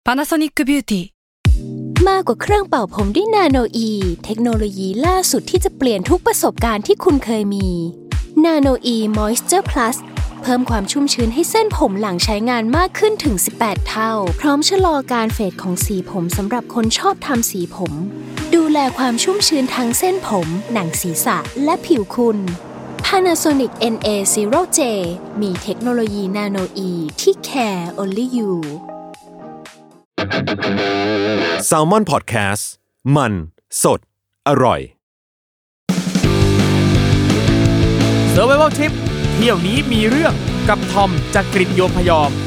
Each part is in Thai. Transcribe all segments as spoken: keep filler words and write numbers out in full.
Panasonic Beauty มากกว่าเครื่องเป่าผมด้วยนาโนอีเทคโนโลยีล่าสุดที่จะเปลี่ยนทุกประสบการณ์ที่คุณเคยมีนาโนอีมอยส์เจอร์พลัสเพิ่มความชุ่มชื้นให้เส้นผมหลังใช้งานมากขึ้นถึงสิบแปดเท่าพร้อมชะลอการเฟดของสีผมสำหรับคนชอบทำสีผมดูแลความชุ่มชื้นทั้งเส้นผมหนังศีรษะและผิวคุณ Panasonic เอ็น เอ ศูนย์ เจ มีเทคโนโลยีนาโนอีที่ care only you Salmon Podcast มันสดอร่อย Survival Trip เที่ยวนี้มีเรื่องกับทอมจากกรีฑโยมพยอม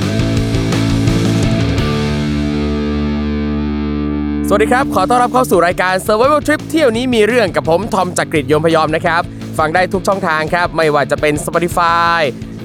สวัสดีครับขอต้อนรับเข้าสู่รายการ Survival Trip เที่ยวนี้มีเรื่องกับผมทอมจากกรีฑโยมพยอมนะครับฟังได้ทุกช่องทางครับไม่ว่าจะเป็น Spotify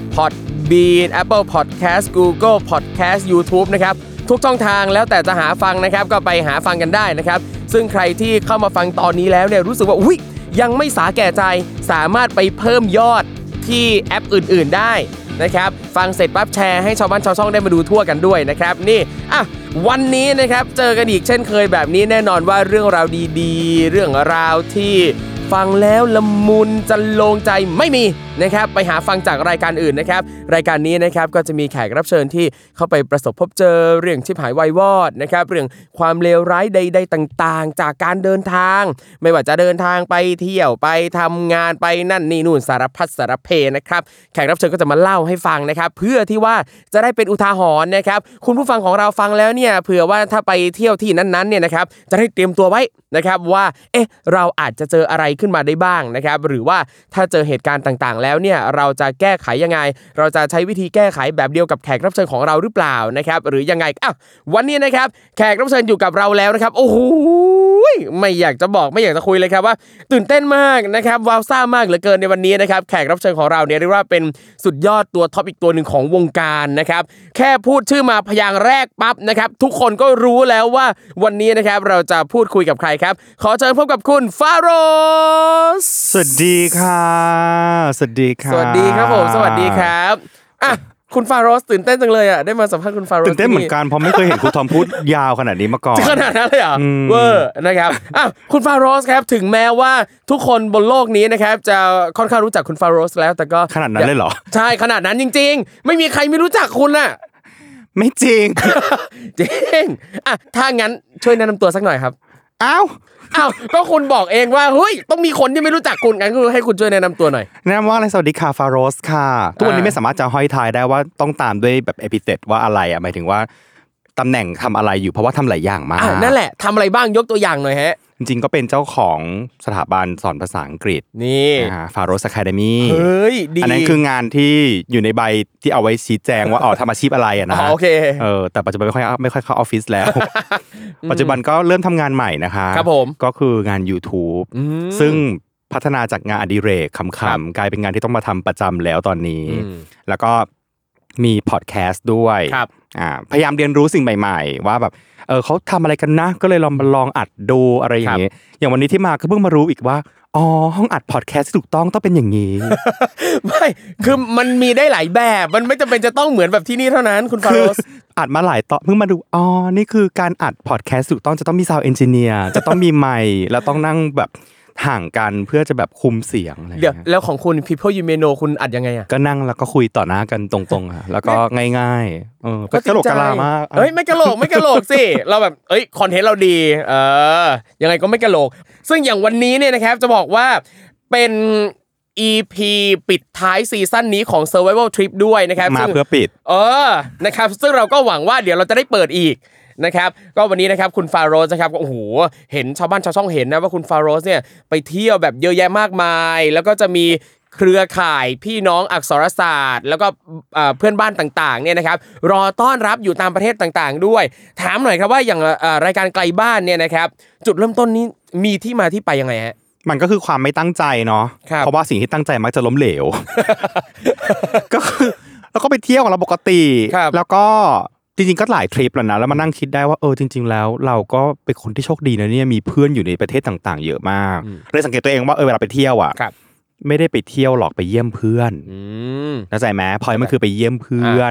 Podbean Apple Podcast Google Podcast YouTube นะครับทุกช่องทางแล้วแต่จะหาฟังนะครับก็ไปหาฟังกันได้นะครับซึ่งใครที่เข้ามาฟังตอนนี้แล้วเนี่ยรู้สึกว่าอุ๊ยยังไม่สาแก่ใจสามารถไปเพิ่มยอดที่แอปอื่นๆได้นะครับฟังเสร็จปั๊บแชร์ให้ชาวบ้านชาวช่องได้มาดูทั่วกันด้วยนะครับนี่อ่ะวันนี้นะครับเจอกันอีกเช่นเคยแบบนี้แน่นอนว่าเรื่องราวดีๆเรื่องราวที่ฟังแล้วละมุนจะโลงใจไม่มีนะครับไปหาฟังจากรายการอื่นนะครับรายการนี้นะครับก็จะมีแขกรับเชิญที่เข้าไปประสบพบเจอเรื่องชิบหายวายวอดนะครับเรื่องความเลวร้ายใดๆต่างๆจากการเดินทางไม่ว่าจะเดินทางไปเที่ยวไปทำงานไปนั่นนี่นู่นสารพัดสารเพนะครับแขกรับเชิญก็จะมาเล่าให้ฟังนะครับเพื่อที่ว่าจะได้เป็นอุทาหรณ์นะครับคุณผู้ฟังของเราฟังแล้วเนี่ยเผื่อว่าถ้าไปเที่ยวที่นั้นๆเนี่ยนะครับจะได้เตรียมตัวไว้นะครับว่าเอ๊ะเราอาจจะเจออะไรขึ้นมาได้บ้างนะครับหรือว่าถ้าเจอเหตุการณ์ต่างๆแล้วเนี่ยเราจะแก้ไขยังไงเราจะใช้วิธีแก้ไขแบบเดียวกับแขกรับเชิญของเราหรือเปล่านะครับหรือยังไงอ่ะวันนี้นะครับแขกรับเชิญอยู่กับเราแล้วนะครับโอ้โหไม่อยากจะบอกไม่อยากจะคุยเลยครับว่าตื่นเต้นมากนะครับว้าวซ่ามากเหลือเกินในวันนี้นะครับแขกรับเชิญของเราเนี่ยเรียกว่าเป็นสุดยอดตัวท็อปอีกตัวนึงของวงการนะครับแค่พูดชื่อมาพยางค์แรกปั๊บนะครับทุกคนก็รู้แล้วว่าวันนี้นะครับเราจะพูดคุยกับใครครับขอเชิญพบกับคุณฟาโรสสวัสดีค่ะสวัสดีค่ะสวัสดีครับผมสวัสดีครับอ่ะคุณฟาโรสตื่นเต้นจังเลยอ่ะได้มาสัมภาษณ์คุณฟาโรสตื่นเต้นเหมือนกันเพราะไม่เคยเห็นครูทอมพูดยาวขนาดนี้มาก่อนขนาดนั้นเลยเหรอเวอร์นะครับอ่ะคุณฟาโรสครับถึงแม้ว่าทุกคนบนโลกนี้นะครับจะค่อนข้างรู้จักคุณฟาโรสแล้วแต่ก็ขนาดนั้นเลยเหรอใช่ขนาดนั้นจริงๆไม่มีใครไม่รู้จักคุณน่ะไม่จริงจริงอ่ะถ้างั้นช่วยแนะนำตัวสักหน่อยครับอ้าวอ้าวก็คุณบอกเองว่าเฮ้ยต้องมีคนที่ไม่รู้จักคุณงั้นคือให้คุณช่วยแนะนำตัวหน่อยแนะนำว่าอะไรสวัสดีค่ะฟาโรสค่ะทุกวันนี้ไม่สามารถจะห้อยทายได้ว่าต้องตามด้วยแบบเอพิเทตว่าอะไรอ่ะหมายถึงว่าตำแหน่งทำอะไรอยู่เพราะว่าทำหลายอย่างมากอ่านั่นแหละทำอะไรบ้างยกตัวอย่างหน่อยฮะจริงๆก็เป็นเจ้าของสถาบันสอนภาษาอังกฤษนี่ฟาโรสอะคาเดมี่เฮ้ยดีอันนั้นคืองานที่อยู่ในใบที่เอาไว้ชี้แจงว่าอ๋อทำอาชีพอะไรอ่ะนะโอเคเออแต่ปัจจุบันไม่ค่อยไม่ค่อยเข้าออฟฟิศแล้วปัจจุบันก็เริ่มทำงานใหม่นะคะครับผมก็คืองาน YouTube ซึ่งพัฒนาจากงานอดิเรกขำๆกลายเป็นงานที่ต้องมาทำประจำแล้วตอนนี้แล้วก็มีพอดแคสต์ด้วยอ่าพยายามเรียนรู้สิ่งใหม่ๆว่าแบบเออเขาทำอะไรกันนะก็เลยลองมาลองอัดดูอะไรอย่างเงี้ยอย่างวันนี้ที่มาก็เพิ่งมารู้อีกว่าอ๋อห้องอัดพอดแคสต์ที่ถูกต้องต้องเป็นอย่างนี้ไม่คือมันมีได้หลายแบบมันไม่จำเป็นจะต้องเหมือนแบบที่นี่เท่านั้นคุณฟาโรสอัดมาหลายตอนเพิ่งมาดูอ๋อนี่คือการอัดพอดแคสต์ถูกต้องจะต้องมีซาวด์เอนจิเนียร์จะต้องมีไมค์แล้วต้องนั่งแบบห่างกันเพื่อจะแบบคุมเสียงอะไรเดี๋ยวแล้วของคุณ People You May Know คุณอัดยังไงอ่ะก็นั่งแล้วก็คุยต่อหน้ากันตรงๆอ่ะแล้วก็ง่ายๆเออก็กะโหลกกะลามากเอ้ยไม่กะโหลกไม่กะโหลกสิเราแบบเอ้ยคอนเทนต์เราดีเออยังไงก็ไม่กะโหลกซึ่งอย่างวันนี้เนี่ยนะครับจะบอกว่าเป็น อี พี ปิดท้ายซีซั่นนี้ของ Survival Trip ด้วยนะครับมาเพื่อปิดเออนะครับซึ่งเราก็หวังว่าเดี๋ยวเราจะได้เปิดอีกนะครับก็วันนี้นะครับคุณฟาโรสนะครับโอ้โหเห็นชาวบ้านชาวช่องเห็นนะว่าคุณฟาโรสเนี่ยไปเที่ยวแบบเยอะแยะมากมายแล้วก็จะมีเครือข่ายพี่น้องอักษรศาสตร์แล้วก็เพื่อนบ้านต่างๆเนี่ยนะครับรอต้อนรับอยู่ตามประเทศต่างๆด้วยถามหน่อยครับว่าอย่างรายการไกลบ้านเนี่ยนะครับจุดเริ่มต้นนี้มีที่มาที่ไปยังไงฮะมันก็คือความไม่ตั้งใจเนาะเพราะว่าสิ่งที่ตั้งใจมักจะล้มเหลว ก็คือแล้วก็ไปเที่ยวของเราปกติแล้วก็จริงๆก็หลายทริปแล้วนะแล้วมานั่งคิดได้ว่าเออจริงๆแล้วเราก็เป็นคนที่โชคดีนะเนี่ยมีเพื่อนอยู่ในประเทศต่างๆเยอะมากเลยสังเกตตัวเองว่าเออเวลาไปเที่ยวอ่ะไม่ได้ไปเที่ยวหรอกไปเยี่ยมเพื่อนเข้าใจไหมพอยมันคือไปเยี่ยมเพื่อน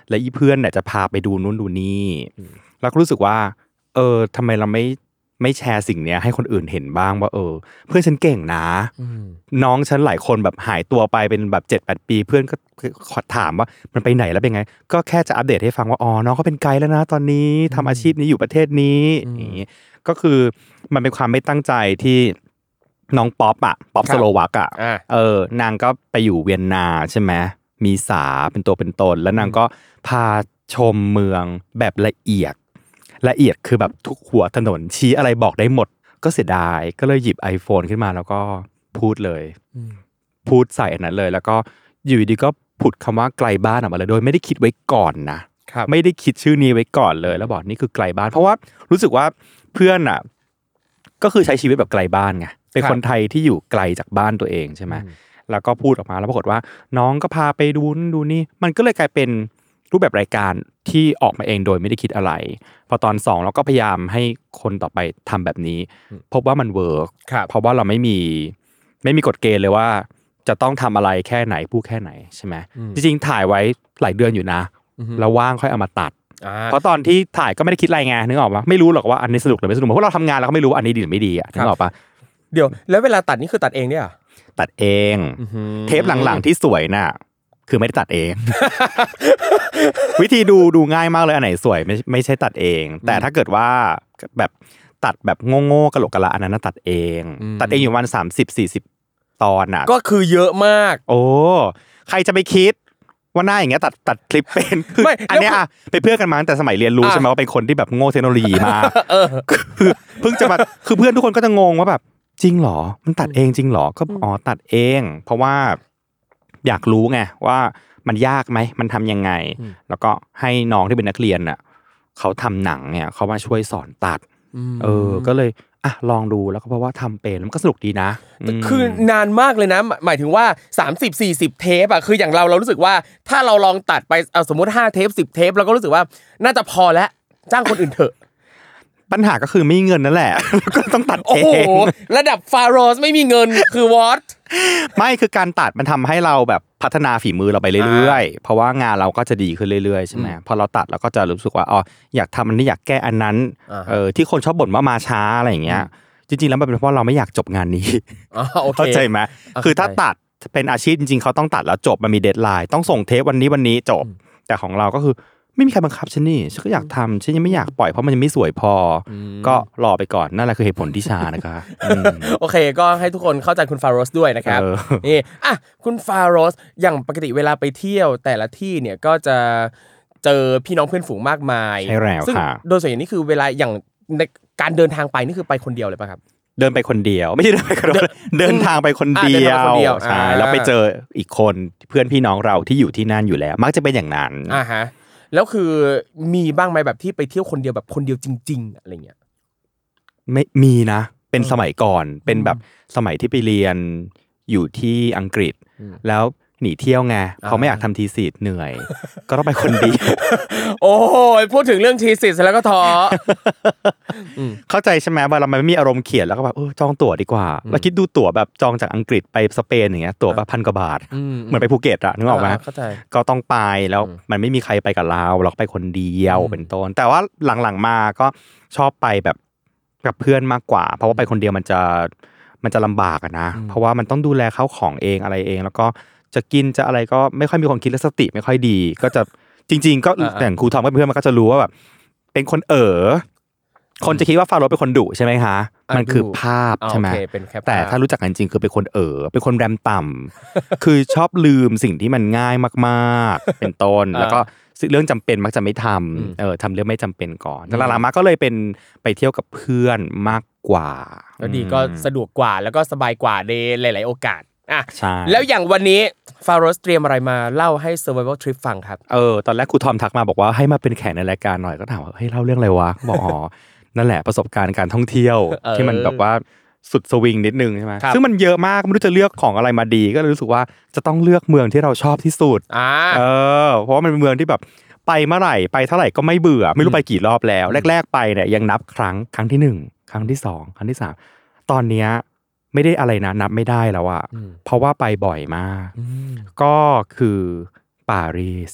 และอีเพื่อนเนี่ยจะพาไปดูนู่นดูนี่แล้วก็รู้สึกว่าเออทำไมเราไม่ไม่แชร์สิ่งเนี้ยให้คนอื่นเห็นบ้างว่าเออเพื่อนฉันเก่งนะน้องฉันหลายคนแบบหายตัวไปเป็นแบบ เจ็ดแปด ปีเพื่อนก็ขอถามว่ามันไปไหนแล้วเป็นไงก็แค่จะอัปเดตให้ฟังว่าอ๋อน้องเขาเป็นไกด์แล้วนะตอนนี้ทำอาชีพนี้อยู่ประเทศนี้อย่างงี้ก็คือมันเป็นความไม่ตั้งใจที่น้องป๊อปอ่ะป๊อปสโลวักอ่ะเออนางก็ไปอยู่เวียนนาใช่ไหมมีสาเป็นตัวเป็นตนแล้วนางก็พาชมเมืองแบบละเอียดละเอียดคือแบบทุกหัวถนนชี้อะไรบอกได้หมดก็เสียดายก็เลยหยิบ iPhone ขึ้นมาแล้วก็พูดเลยพูดใส่อันนั้นเลยแล้วก็อยู่ดีก็ผุดคำว่าไกลบ้านออกมาเลยโดยไม่ได้คิดไว้ก่อนนะไม่ได้คิดชื่อนี้ไว้ก่อนเลยแล้วบอกนี่คือไกลบ้านเพราะว่ารู้สึกว่าเพื่อนอ่ะก็คือใช้ชีวิตแบบไกลบ้านไงเป็นคนไทยที่อยู่ไกลจากบ้านตัวเองใช่ไหมแล้วก็พูดออกมาแล้วปรากฏว่าน้องก็พาไปดูนั่นดูนี่มันก็เลยกลายเป็นรูปแบบรายการที่ออกมาเองโดยไม่ได้คิดอะไรพอตอนสองเราก็พยายามให้คนต่อไปทำแบบนี้พบว่ามันเวิร์กเพราะว่าเราไม่มีไม่มีกฎเกณฑ์เลยว่าจะต้องทำอะไรแค่ไหนพูดแค่ไหนใช่ไหมจริงๆถ่ายไว้หลายเดือนอยู่นะแล้วว่างค่อยเอามาตัดเพราะตอนที่ถ่ายก็ไม่ได้คิดอะไรไงนึกออกปะไม่รู้หรอกว่าอันนี้สนุกหรือไม่สนุกเพราะเราทำงานเราก็ไม่รู้ว่าอันนี้ดีหรือไม่ดีอ่ะนึกออกปะเดี๋ยวแล้วเวลาตัดนี่คือตัดเองเนี่ยตัดเองเทปหลังๆที่สวยน่ะคือไม่ได้ตัดเอง วิธีดูดูง่ายมากเลยอันไหนสวยไม่ไม่ใช่ตัดเองแต่ถ้าเกิดว่าแบบตัดแบบโง่ๆกะโหลกกะลาอันนั้นตัดเองตัดเองอยู่วันสามสิบ สี่สิบตอนน่ะก็คือเยอะมากโอ้ใครจะไปคิดว่าหน้าอย่างเงี้ยตัดตัดคลิปเป็นไม่อันเนี้ยอ่ะไปเพื่อนกันมาตั้งแต่สมัยเรียนรู้ใช่มั้ยว่าเป็นคนที่แบบโง่เทคโนโลยีมาคือเพิ่งจะมาคือเพื่อนทุกคนก็จะงงว่าแบบจริงเหรอมันตัดเองจริงเหรอก็อ๋อตัดเองเพราะว่าอยากรู้ไงว่ามันยากไหมมันทำยังไงแล้วก็ให้น้องที่เป็นนักเรียนน่ะเขาทำหนังเนี่ยเขามาช่วยสอนตัดเออก็เลยอ่ะลองดูแล้วก็เพราะว่าทำเป็นมันก็สนุกดีนะคือนานมากเลยนะหมายถึงว่าสามสิบ สี่สิบเทปอ่ะคืออย่างเราเรารู้สึกว่าถ้าเราลองตัดไปเอาสมมุติห้าเทปสิบเทปเราก็รู้สึกว่าน่าจะพอแล้วจ้างคนอื่นเถอะปัญหาก็คือไม่มีเงินนั่นแหละก็ต้องตัดเองโอ้โหระดับฟาโรสไม่มีเงินคือวอทไม่คือการตัดมันทำให้เราแบบพัฒนาฝีมือเราไปเรื่อยๆเพราะว่างานเราก็จะดีขึ้นเรื่อยๆใช่ไหมพอเราตัดเราก็จะรู้สึกว่าอ๋ออยากทำอันนี้อยากแก้อันนั้นเออที่คนชอบบ่นว่ามาช้าอะไรอย่างเงี้ยจริงๆแล้วมันเป็นเพราะเราไม่อยากจบงานนี้เข้าใจไหมคือถ้าตัดเป็นอาชีพจริงๆเขาต้องตัดแล้วจบมันมีเดดไลน์ต้องส่งเทปวันนี้วันนี้จบแต่ของเราก็คือไม่มีใครบังคับฉันนี่ฉันก็อยากทำฉันยังไม่อยากปล่อยเพราะมันยังไม่สวยพอก็รอไปก่อนนั่นแหละคือเหตุผลที่ช้านะคะโอเคก็ให้ทุกคนเข้าใจคุณฟาโรสด้วยนะครับนี่อ่ะคุณฟาโรสอย่างปกติเวลาไปเที่ยวแต่ละที่เนี่ยก็จะเจอพี่น้องเพื่อนฝูงมากมายซึ่งโดยส่วนใหญ่นี่คือเวลาอย่างการเดินทางไปนี่คือไปคนเดียวเลยป่ะครับเดินไปคนเดียวไม่ใช่เดินไปคนเดียวเดินทางไปคนเดียวใช่แล้วไปเจออีกคนเพื่อนพี่น้องเราที่อยู่ที่นั่นอยู่แล้วมักจะเป็นอย่างนั้นอ่าฮะแล้วคือมีบ้างไหมแบบที่ไปเที่ยวคนเดียวแบบคนเดียวจริงๆอะไรเงี้ยไม่มีนะเป็นสมัยก่อนเป็นแบบสมัยที่ไปเรียนอยู่ที่อังกฤษแล้วหนีเที่ยวไงเขาไม่อยากทำทีสิทธ์เหนื่อยก็ต้องไปคนเดียวโอ้ยพูดถึงเรื่องทีสิทธ์แล้วก็ท้อเข้าใจใช่ไหมว่าเราไม่มีอารมณ์เขียนแล้วก็แบบเออจองตั๋วดีกว่าแล้วคิดดูตั๋วแบบจองจากอังกฤษไปสเปนอย่างเงี้ยตั๋วแบบพันกว่าบาทเหมือนไปภูเก็ตอะนึกออกไหมก็ต้องไปแล้วมันไม่มีใครไปกับเราเราก็ไปคนเดียวเป็นต้นแต่ว่าหลังๆมาก็ชอบไปแบบกับเพื่อนมากกว่าเพราะว่าไปคนเดียวมันจะมันจะลำบากอะนะเพราะว่ามันต้องดูแลข้าวของเองอะไรเองแล้วก็จะกินจะอะไรก็ไม่ค่อยมีความคิดและสติไม่ค่อยดีก็จะจริงๆก็อย่างครูทอมกับเพื่อนมันก็จะรู้ว่าแบบเป็นคนเอ๋อคนจะคิดว่าฟาโรสเป็นคนดุใช่ไหมคะมันคือภาพใช่ไหมแต่ถ้ารู้จักกันจริงคือเป็นคนเอ๋อเป็นคนแรมต่ำคือชอบลืมสิ่งที่มันง่ายมากๆเป็นต้นแล้วก็เรื่องจำเป็นมักจะไม่ทำเออทำเรื่องไม่จำเป็นก่อนแล้วหลังๆมาก็เลยเป็นไปเที่ยวกับเพื่อนมากกว่าก็ดีก็สะดวกกว่าแล้วก็สบายกว่าในหลายๆโอกาสอ่ะแล้วอย่างวันนี้ฟาโรสเตรียมอะไรมาเล่าให้ Survival Trip ฟังครับเออตอนแรกครูทอมทักมาบอกว่าให้มาเป็นแขกในรายการหน่อยก็ถามว่าเฮ้ยเล่าเรื่องอะไรวะบอกอ๋อนั่นแหละประสบการณ์การท่องเที่ยวที่มันแบบว่าสุดสวิงนิดนึงใช่ไหมซึ่งมันเยอะมากไม่รู้จะเลือกของอะไรมาดีก็เลยรู้สึกว่าจะต้องเลือกเมืองที่เราชอบที่สุดเออเพราะว่ามันเป็นเมืองที่แบบไปเมื่อไหร่ไปเท่าไหร่ก็ไม่เบื่อไม่รู้ไปกี่รอบแล้วแรกๆไปเนี่ยยังนับครั้งครั้งที่หนึ่งครั้งที่สองครั้งที่สามตอนเนี้ยไม่ได้อะไรนะนับไม่ได้แล้วอะเพราะว่าไปบ่อยมากก็คือปารีส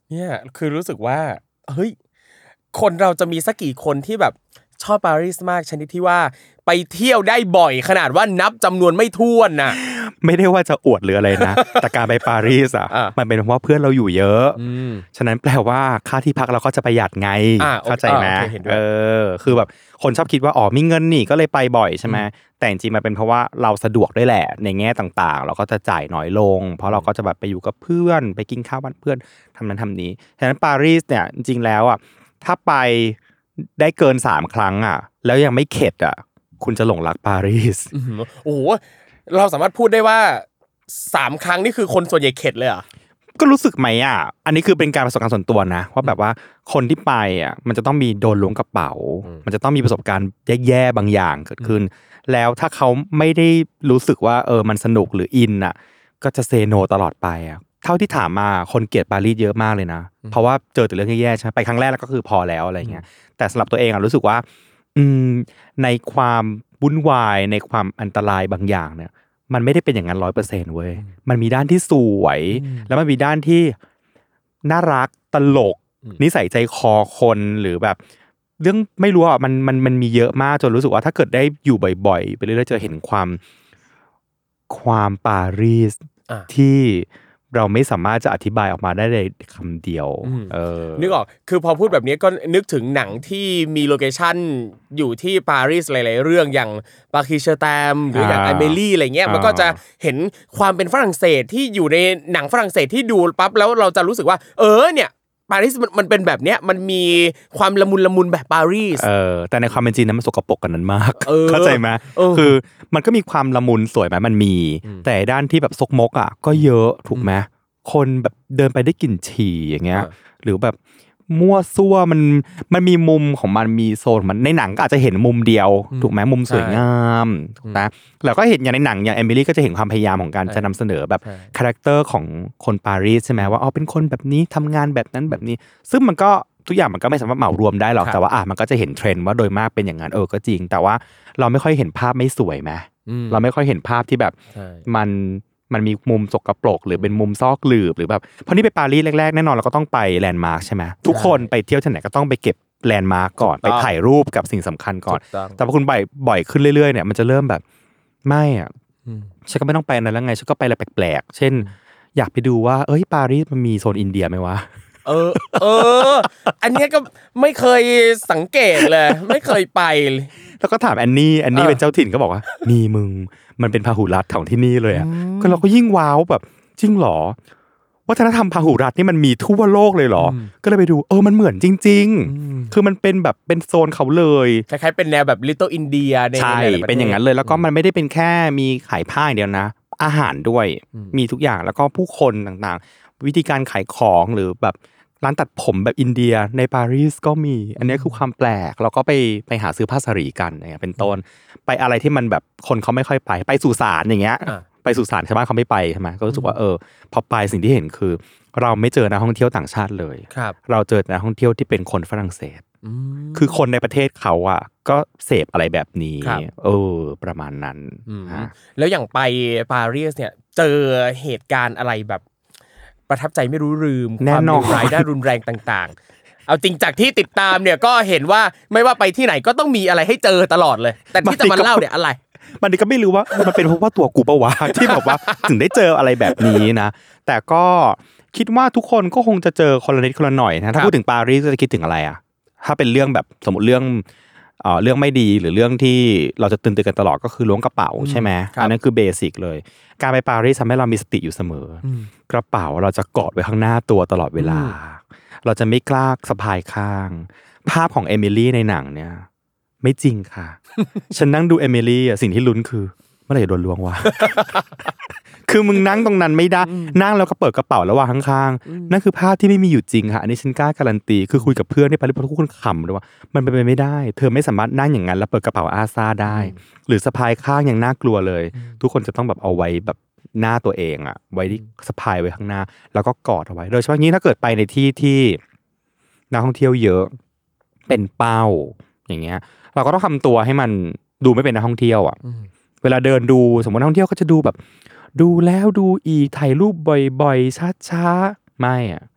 เนี่ยคือรู้สึกว่าเฮ้ยคนเราจะมีสักกี่คนที่แบบชอบปารีสมากชนิดที่ว่าไปเที่ยวได้บ่อยขนาดว่านับจำนวนไม่ถ้วนน่ะไม่ได้ว่าจะอวดหรืออะไรนะ แต่การไปปารีสอ่ะมันเป็นเพราะเพื่อนเราอยู่เยอะฉะนั้นแปลว่าค่าที่พักเราก็จะประหยัดไงเข้าใจไหมเออคือแบบคนชอบคิดว่าอ๋อมีเงินนี่ก็เลยไปบ่อยใช่ไหมแต่จริงๆมันเป็นเพราะว่าเราสะดวกด้วยแหละในแง่ต่างๆเราก็จะจ่ายน้อยลงเพราะเราก็จะแบบไปอยู่กับเพื่อนไปกินข้าวบ้านเพื่อนทำนั้นทำนี้ฉะนั้นปารีสเนี่ยจริงๆแล้วอ่ะถ้าไปได้เกินสามครั้งอ่ะแล้วยังไม่เข็ดอ่ะคุณจะหลงรักปารีสโอ้โหเราสามารถพูดได้ว่าสามครั้งนี่คือคนส่วนใหญ่เข็ดเลยอ่ะก็รู้สึกไหมอ่ะอันนี้คือเป็นการประสบการณ์ส่วนตัวนะว่าแบบว่าคนที่ไปอ่ะมันจะต้องมีโดนล้วงกระเป๋ามันจะต้องมีประสบการณ์แย่ๆบางอย่างเกิดขึ้นแล้วถ้าเขาไม่ได้รู้สึกว่าเออมันสนุกหรืออินอ่ะก็จะเซโนตลอดไปอ่ะเท่าที่ถามมาคนเกลียดปารีสเยอะมากเลยนะเพราะว่าเจอแต่เรื่องแย่ๆใช่ไปครั้งแรกแล้วก็คือพอแล้วอะไรเงี้ยแต่สำหรับตัวเองอ่ะรู้สึกว่าอืมในความวุ่นวายในความอันตรายบางอย่างเนี่ยมันไม่ได้เป็นอย่างนั้น ร้อยเปอร์เซ็นต์ เว้ยมันมีด้านที่สวยแล้วมันมีด้านที่น่ารักตลกนิสัยใจคอคนหรือแบบเรื่องไม่รู้อ่ะมันมันมันมีเยอะมากจนรู้สึกว่าถ้าเกิดได้อยู่บ่อยๆไปเรื่อยๆจะเห็นความความปารีสที่เราไม่สามารถจะอธิบายออกมาได้ในคำเดียวเออนึกออกคือพอพูดแบบนี้ก็นึกถึงหนังที่มีโลเคชั่นอยู่ที่ปารีสหลายๆเรื่องอย่างปาคีเชอร์แตมหรืออย่างไอเมลี่อะไรเงี้ยมันก็จะเห็นความเป็นฝรั่งเศสที่อยู่ในหนังฝรั่งเศสที่ดูปั๊บแล้วเราจะรู้สึกว่าเออเนี่ยปารีสมันมันเป็นแบบเนี้ยมันมีความละมุนละมุนแบบปารีสเออแต่ในความเป็นจริงนั้นมันสกปรกกันนั้นมากเข้าใจไหมคือมันก็มีความละมุนสวยไหมมันมีแต่ด้านที่แบบซกมกอ่ะก็เยอะถูกไหมคนแบบเดินไปได้กลิ่นฉี่อย่างเงี้ยหรือแบบมั่วซั่วมันมันมีมุมของมันมีโซนมันในหนังก็อาจจะเห็นมุมเดียวถูกไหมมุมสวยงามถูกนะแล้วก็เห็นอย่างในหนังอย่างเอมิลี่ก็จะเห็นความพยายามของการจะนำเสนอแบบคาแรคเตอร์ของคนปารีสใช่ไหมว่าอ๋อเป็นคนแบบนี้ทำงานแบบนั้นแบบนี้ซึ่งมันก็ทุกอย่างมันก็ไม่สามารถเหมารวมได้หรอกแต่ว่าอ่ะมันก็จะเห็นเทรนด์ว่าโดยมากเป็นอย่างนั้นเออก็จริงแต่ว่าเราไม่ค่อยเห็นภาพไม่สวยไหมเราไม่ค่อยเห็นภาพที่แบบมันมันมีมุมสกปรกหรือเป็นมุมซอกหลืบหรือแบบพอนี่ไปปารีสแรกๆแน่นอนเราก็ต้องไปแลนด์มาร์คใช่ไหมทุกคนไปเที่ยวที่ไหนก็ต้องไปเก็บแลนด์มาร์คก่อนไปถ่ายรูปกับสิ่งสำคัญก่อนแต่พอคุณไปบ่อยขึ้นเรื่อยๆเนี่ยมันจะเริ่มแบบไม่อ่ะฉันก็ไม่ต้องไปอะไรแล้วไงฉันก็ไปอะไรแปลกๆเช่นอยากไปดูว่าเอ้ยปารีสมันมีโซนอินเดียไหมวะเออเอออันนี้ก็ไม่เคยสังเกตเลยไม่เคยไปแล้วก็ถามแอนนี่แอนนี่เป็นเจ้าถิ่นก็บอกว่ามีมึงมันเป็นพหุรัฐของที่นี่เลยอ่ะก็เราก็ยิ่งว้าวแบบจริงหรอวัฒนธรรมพหุรัฐนี่มันมีทั่วโลกเลยหรอก็เลยไปดูเออมันเหมือนจริงๆคือมันเป็นแบบเป็นโซนเขาเลยคล้ายๆเป็นแนวแบบ Little India ในใช่เป็นอย่างนั้นเลยแล้วก็มันไม่ได้เป็นแค่มีขายผ้าอย่างเดียวนะอาหารด้วยมีทุกอย่างแล้วก็ผู้คนต่างๆวิธีการขายของหรือแบบร้านตัดผมแบบอินเดียในปารีสก็มีอันนี้คือความแปลกเราก็ไปไปหาซื้อผ้าสารีกันอย่างเงี้ยเป็นต้นไปอะไรที่มันแบบคนเขาไม่ค่อยไปไปสุสานอย่างเงี้ยไปสุสานชาวบ้านเขาไม่ไปใช่ไหมก็รู้สึกว่าเออพอไปสิ่งที่เห็นคือเราไม่เจอนักท่องเที่ยวต่างชาติเลยเราเจอนักท่องเที่ยวที่เป็นคนฝรั่งเศสคือคนในประเทศเขาอ่ะก็เสพอะไรแบบนี้เออประมาณนั้นแล้วอย่างไปปารีสเนี่ยเจอเหตุการณ์อะไรแบบประทับใจไม่รู้ลืมความดุร้ายด้านรุนแรงต่างๆเอาจริงจากที่ติดตามเนี่ยก็เห็นว่าไม่ว่าไปที่ไหนก็ต้องมีอะไรให้เจอตลอดเลยแต่ที่จะมาเล่าเนี่ยอะไรมันก็ไม่รู้ว่ามันเป็นเพราะว่าตัวกูปะวะที่แบบว่าถึงได้เจออะไรแบบนี้นะแต่ก็คิดว่าทุกคนก็คงจะเจอคนละนิดคนละหน่อยนะถ้าพูดถึงปารีสจะคิดถึงอะไรอ่ะถ้าเป็นเรื่องแบบสมมติเรื่องเอ่อเรื่องไม่ดีหรือเรื่องที่เราจะตื่นตื่นกันตลอดก็คือล้วงกระเป๋าใช่ไหมอันนั้นคือเบสิกเลยการไปปารีสทำให้เรามีสติอยู่เสมอกระเป๋าเราจะกอดไว้ข้างหน้าตัวตลอดเวลาเราจะไม่กล้าสะพายข้างภาพของเอมิลี่ในหนังเนี่ยไม่จริงค่ะ ฉันนั่งดูเอมิลี่อ่ะสิ่งที่ลุ้นคือเมื่อไหร่จะโดนล้วงวะ คือมึงนั่งตรงนั้นไม่ได้นั่งแล้วก็เปิดกระเป๋าแล้ววางข้างๆนั่นคือภาพที่ไม่มีอยู่จริงค่ะอันนี้ฉันกล้าการันตีคือคุยกับเพื่อนที่ไปแล้วทุกคนขำเลยว่ามันเป็นไปไม่ได้เธอไม่สามารถนั่งอย่างนั้นแล้วเปิดกระเป๋าอาซ่าได้หรือสะพายข้างยังน่ากลัวเลยทุกคนจะต้องแบบเอาไว้แบบหน้าตัวเองอ่ะไว้ที่สะพายไว้ข้างหน้าแล้วก็กอดเอาไว้โดยเฉพาะงี้ถ้าเกิดไปในที่ที่นักท่องเที่ยวเยอะเป็นเป้าอย่างเงี้ยเราก็ต้องทำตัวให้มันดูไม่เป็นนักท่องเที่ยวอ่ะเวลาเดินดูสมมตินักท่องเที่ยวก็จะดูแบบดูแล้วดูอีกถ่ายรูปบ่อยๆช้าๆไม่อ่ะ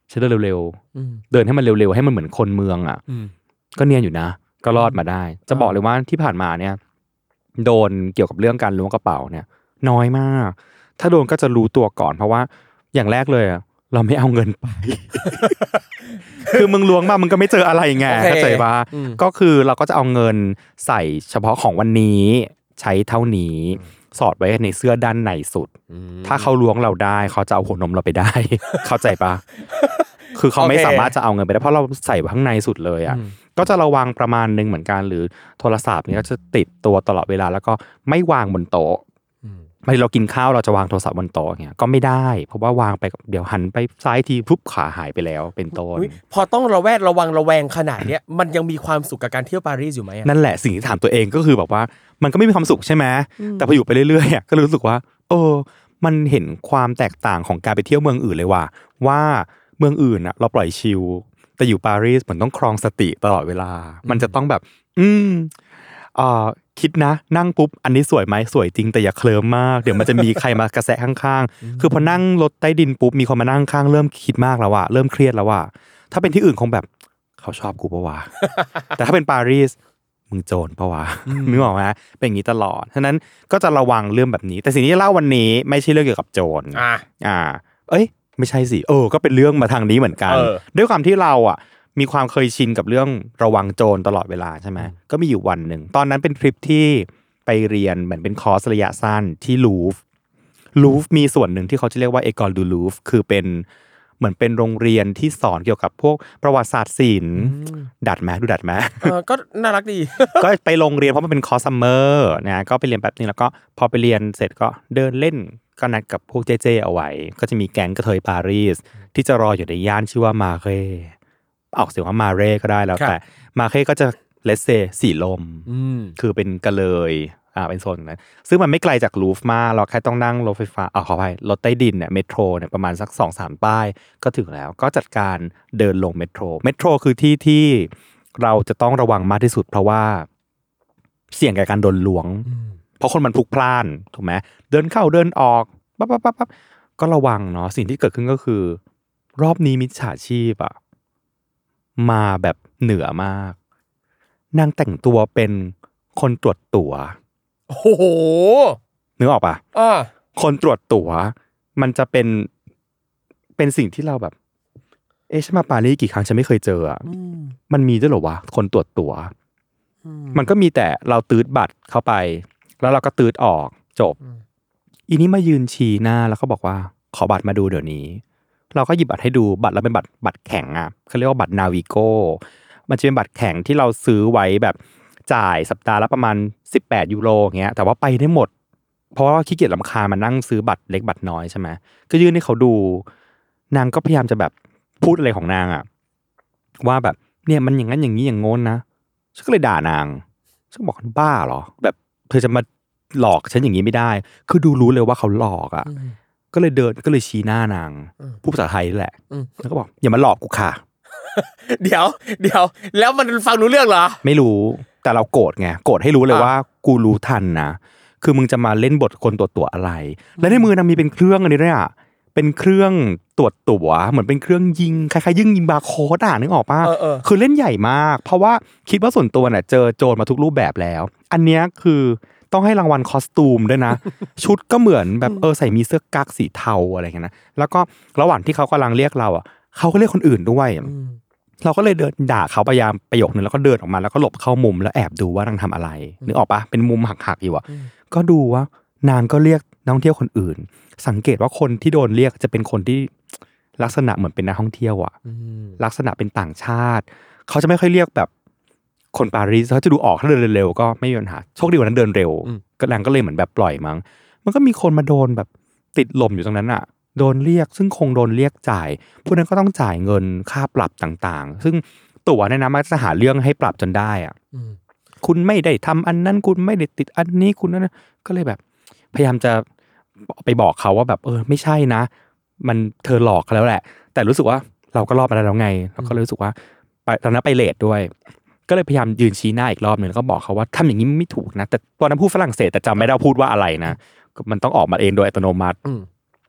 ฉันเดินเร็วๆเดินให้มันเร็วๆให้มันเหมือนคนเมืองอ่ะก็เนียนอยู่นะก็รอดมาได้จะบอกเลยว่าที่ผ่านมาเนี่ยโดนเกี่ยวกับเรื่องการล้วงกระเป๋าเนี่ยน้อยมากถ้าโดนก็จะรู้ตัวก่อนเพราะว่าอย่างแรกเลยอ่ะเราไม่เอาเงินไป คือมึงล้วงมามึงก็ไม่เจออะไรไงเข้าใจป่ะก็คือเราก็จะเอาเงินใส่เฉพาะของวันนี้ใช้เท่านี้สอดไว้ในเสื้อด้านในสุดถ้าเขาล้วงเราได้เขาจะเอาหัวนมเราไปได้ เข้าใจป่ะ คือเขาไม่สามารถจะเอาเงินไปได้เพราะเราใส่ไว้ข้างในสุดเลยอ่ะก็จะระวังประมาณนึงเหมือนกันหรือโทรศัพท์นี่ก็จะติดตัวตลอดเวลาแล้วก็ไม่วางบนโต๊ะบางทีเรากินข้าวเราจะวางโทรศัพท์บนโต๊ะเงี้ยก็ไม่ได้เพราะว่าวางไปเดี๋ยวหันไปซ้ายทีปุ๊บขาหายไปแล้วเป็นต้นพอต้องระแวดระวังระแวงขนาดเนี้ยมันยังมีความสุขกับการเที่ยวปารีสอยู่ไหมนั่นแหละสิ่งที่ถามตัวเองก็คือแบบว่ามันก็ไม่มีความสุขใช่ไหมแต่พออยู่ไปเรื่อยๆก็รู้สึกว่าเออมันเห็นความแตกต่างของการไปเที่ยวเมืองอื่นเลยว่าว่าเมืองอื่นอ่ะเราปล่อยชิลแต่อยู่ปารีสเหมือนต้องครองสติตลอดเวลามันจะต้องแบบอืมอ่าคิดนะนั่งปุ๊บอันนี้สวยไหมสวยจริงแต่อย่าเคลิ้มมากเดี๋ยวมันจะมีใครมากระแสะข้างๆคือพอนั่งรถใต้ดินปุ๊บมีคนมานั่งข้างเริ่มคิดมากแล้วอะเริ่มเครียดแล้วอะถ้าเป็นที่อื่นคงแบบเขาชอบกูปะวะ แต่ถ้าเป็นปารีสมึงโจรปะวะนึกออกไหมเป็นอย่างนี้ตลอดฉะนั้นก็จะระวังเรื่องแบบนี้แต่สิ่งที่เล่าวันนี้ไม่ใช่เรื่องเกี่ยวกับโจรอ่าอ่าเอ้ยไม่ใช่สิเออก็เป็นเรื่องมาทางนี้เหมือนกันด้วยความที่เราอะมีความเคยชินกับเรื่องระวังโจรตลอดเวลาใช่ไหมก็มีอยู่วันหนึ่งตอนนั้นเป็นทริปที่ไปเรียนเหมือนเป็นคอร์สระยะสั้นที่ลูฟลูฟมีส่วนหนึ่งที่เขาจะเรียกว่าเอกอลดูลูฟคือเป็นเหมือนเป็นโรงเรียนที่สอนเกี่ยวกับพวกประวัติศาสตร์ศิลป์ดัดไหมดูดัดไหมเออก็น่ารักดีก็ไปโรงเรียนเพราะมันเป็นคอร์สซัมเมอร์นะก็ไปเรียนแป๊บนึงแล้วก็พอไปเรียนเสร็จก็เดินเล่นก็นัดกับพวกเจเจเอาไว้ก็จะมีแก๊งกระเทยปารีสที่จะรออยู่ในย่านชื่อว่ามาเร่ออกเสียงว่ามาเร่ก็ได้แล้วแต่มาเร่ก็จะเลสเซสีลมคือเป็นกระเลยอ่าเป็นโซนนั้นซึ่งมันไม่ไกลจากลูฟมากเราแค่ต้องนั่งรถไฟฟ้าอ่าขออภัยรถใต้ดินเนี่ยเมโทรเนี่ยประมาณสัก สองสาม ป้ายก็ถึงแล้วก็จัดการเดินลงเมโทรเมโทรคือที่ที่เราจะต้องระวังมากที่สุดเพราะว่าเสี่ยงกับการโดนล้วงเพราะคนมันพลุกพล่านถูกไหมเดินเข้าเดินออกปั๊บปั๊บปั๊บปั๊บก็ระวังเนาะสิ่งที่เกิดขึ้นก็คือรอบนี้มิจฉาชีพอะมาแบบเหนือมากนางแต่งตัวเป็นคนตรวจตั๋วโอ้โหนึกออกปะอ่าคนตรวจตั๋วมันจะเป็นเป็นสิ่งที่เราแบบเอ๊ะฉันมาปารีสกี่ครั้งฉันไม่เคยเจออ่ะมันมีด้วยเหรอวะคนตรวจตั๋วมันก็มีแต่เราตืดบัตรเข้าไปแล้วเราก็ตืดออกจบอีนี้มายืนชี้หน้าแล้วก็บอกว่าขอบัตรมาดูเดี๋ยวนี้เราก็หยิบบัตรให้ดูบัตรเราเป็นบัตรบัตรแข็งอ่ะเขาเรียกว่าบัตรนาวิโก้มันจะเป็นบัตรแข็งที่เราซื้อไว้แบบจ่ายสัปดาห์ละประมาณสิบแปดยูโรเงี้ยแต่ว่าไปได้หมดเพราะว่าขี้เกียจรำคาญมานั่งซื้อบัตรเล็กบัตรน้อยใช่ไหมก็ยื่นให้เขาดูนางก็พยายามจะแบบพูดอะไรของนางอ่ะว่าแบบเนี่ยมันอย่างนั้นอย่างนี้อย่างงนนะฉันก็เลยด่านางฉันบอกบ้าเหรอแบบเธอจะมาหลอกฉันอย่างนี้ไม่ได้คือดูรู้เลยว่าเขาหลอกอ่ะก็เลยเดินก็เลยชี้หน้านางพูดภาษาไทยแหละแล้วก็บอกอย่ามาหลอกกูค่ะเดี๋ยวเดี๋ยวแล้วมันฟังรู้เรื่องเหรอไม่รู้แต่เราโกรธไงโกรธให้รู้เลยว่ากูรู้ทันนะคือมึงจะมาเล่นบทคนตรวจตั๋วอะไรแล้วในมือนางมีเป็นเครื่องอันนี้ด้วยอ่ะเป็นเครื่องตรวจตั๋วเหมือนเป็นเครื่องยิงคล้ายๆยิงยิงบาร์โค้ดอ่ะนึกออกป่ะคือเล่นใหญ่มากเพราะว่าคิดว่าส่วนตัวเนี่ยเจอโจรมาทุกรูปแบบแล้วอันเนี้ยคือต้องให้รางวัลคอสตูมด้วยนะ ชุดก็เหมือนแบบเออใส่มีเสื้อกั๊กสีเทาอะไรอย่างเงี้ยนะแล้วก็ระหว่างที่เขากำลังเรียกเราอ่ะเขาก็เรียกคนอื่นด้วยเราก็เลยเดินด่าเขาพยายามประโยคนึงแล้วก็เดินออกมาแล้วก็หลบเข้ามุมแล้วแอบดูว่านางทำอะไรนึกออกปะเป็นมุมหักๆอยู่อ่ะก็ดูว่านางก็เรียกนักท่องเที่ยวคนอื่นสังเกตว่าคนที่โดนเรียกจะเป็นคนที่ลักษณะเหมือนเป็นนักท่องเที่ยวอ่ะลักษณะเป็นต่างชาติเขาจะไม่ค่อยเรียกแบบคนปารีสเขาจะดูออกถ้าเดินเร็วๆก็ไม่มีปัญหาโชคดีวันนั้นเดินเร็วก็นางก็เลยเหมือนแบบปล่อยมั้งมันก็มีคนมาโดนแบบติดลมอยู่ตรงนั้นอ่ะโดนเรียกซึ่งคงโดนเรียกจ่ายพวกนั้นก็ต้องจ่ายเงินค่าปรับต่างๆซึ่งตั๋วเนี่ยนะมันจะหาเรื่องให้ปรับจนได้อ่ะคุณไม่ได้ทำอันนั้นคุณไม่ได้ติดอันนี้คุณนั่นก็เลยแบบพยายามจะไปบอกเขาว่าแบบเออไม่ใช่นะมันเธอหลอกแล้วแหละแต่รู้สึกว่าเราก็รอดมาแล้วไงเราก็เลยรู้สึกว่าตอนนั้นไปเลทด้วยก็เลยพยายามยืนชี้หน้าอีกรอบนึงแล้วก็บอกเขาว่าทำอย่างนี้ไม่ถูกนะแต่ตอนนั้นพูดฝรั่งเศสแต่จำไม่ได้พูดว่าอะไรนะมันต้องออกมาเองโดยอัตโนมัติ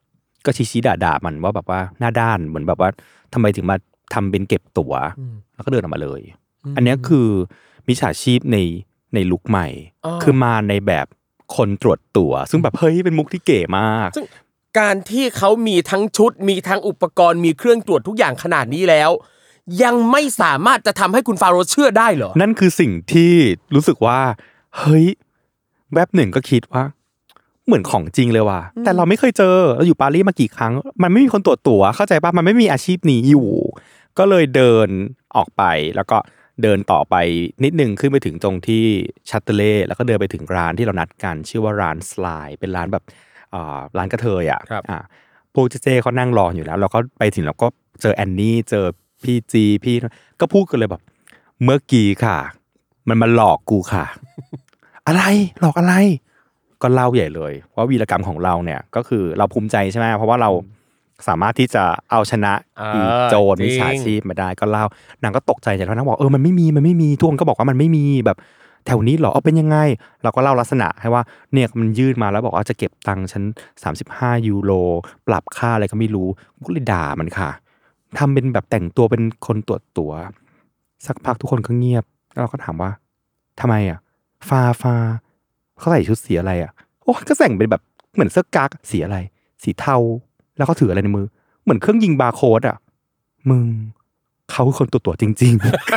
ก็ชี้ๆด่าๆมันว่าแบบว่าหน้าด้านเหมือนแบบว่าทำไมถึงมาทำเป็นเก็บตั๋วแล้วก็เดินออกมาเลยอันนี้คือมิจฉาชีพในในลุคใหม่คือมาในแบบคนตรวจตั๋วซึ่งแบบเฮ้ยเป็นมุกที่เก๋มากซึ่งการที่เขามีทั้งชุดมีทั้งอุปกรณ์มีเครื่องตรวจทุกอย่างขนาดนี้แล้วยังไม่สามารถจะทำให้คุณฟาโรห์เชื่อได้เหรอนั่นคือสิ่งที่รู้สึกว่าเฮ้ยแวบหนึ่งก็คิดว่าเหมือนของจริงเลยว่ะแต่เราไม่เคยเจอเราอยู่ปารีสมากี่ครั้งมันไม่มีคนตรวจตั๋วเข้าใจป่ะมันไม่มีอาชีพนี้อยู่ก็เลยเดินออกไปแล้วก็เดินต่อไปนิดนึงขึ้นไปถึงตรงที่ชัตเตอร์เล่แล้วก็เดินไปถึงร้านที่เรานัดกันชื่อว่าร้านสไลด์เป็นร้านแบบอ่าร้านกระเทยอ่ะอ่าพวกเจ๊ๆเขานั่งรออยู่แล้วเราก็ไปถึงแล้วก็เจอแอนนี่เจอพี่จีพี่ก็พูดกันเลยแบบเมื่อกี้ค่ะมันมาหลอกกูค่ะ อะไรหลอกอะไรก็เล่าใหญ่เลยว่าวีรกรรมของเราเนี่ยก็คือเราภูมิใจใช่ไหมเพราะว่าเราสามารถที่จะเอาชนะอีโจรมิจฉาชีพมาได้ก็เล่านางก็ตกใจอย่างนั้นนางบอกเออมันไม่มีมันไม่มีทุกคนก็บอกว่ามันไม่มีแบบแถวนี้หรอเอาเป็นยังไงเราก็เล่าลักษณะให้ว่าเนี่ยมันยื่นมาแล้วบอกว่าจะเก็บตังค์ฉันสามสิบห้ายูโรปรับค่าอะไรก็ไม่รู้ก็เลยด่ามันค่ะทำเป็นแบบแต่งตัวเป็นคนตรวจตั๋วสักพักทุกคนก็เงียบแล้วเราก็ถามว่าทำไมอ่ะฟาฟาเขาใส่ชุดสีอะไรอ่ะโอ้ก็แต่งเป็นแบบเหมือนเสื้อกั๊กสีอะไรสีเทาแล้วเขาถืออะไรในมือเหมือนเครื่องยิงบาร์โค้ดอ่ะมึงเขาคือคนตัวตัวจริง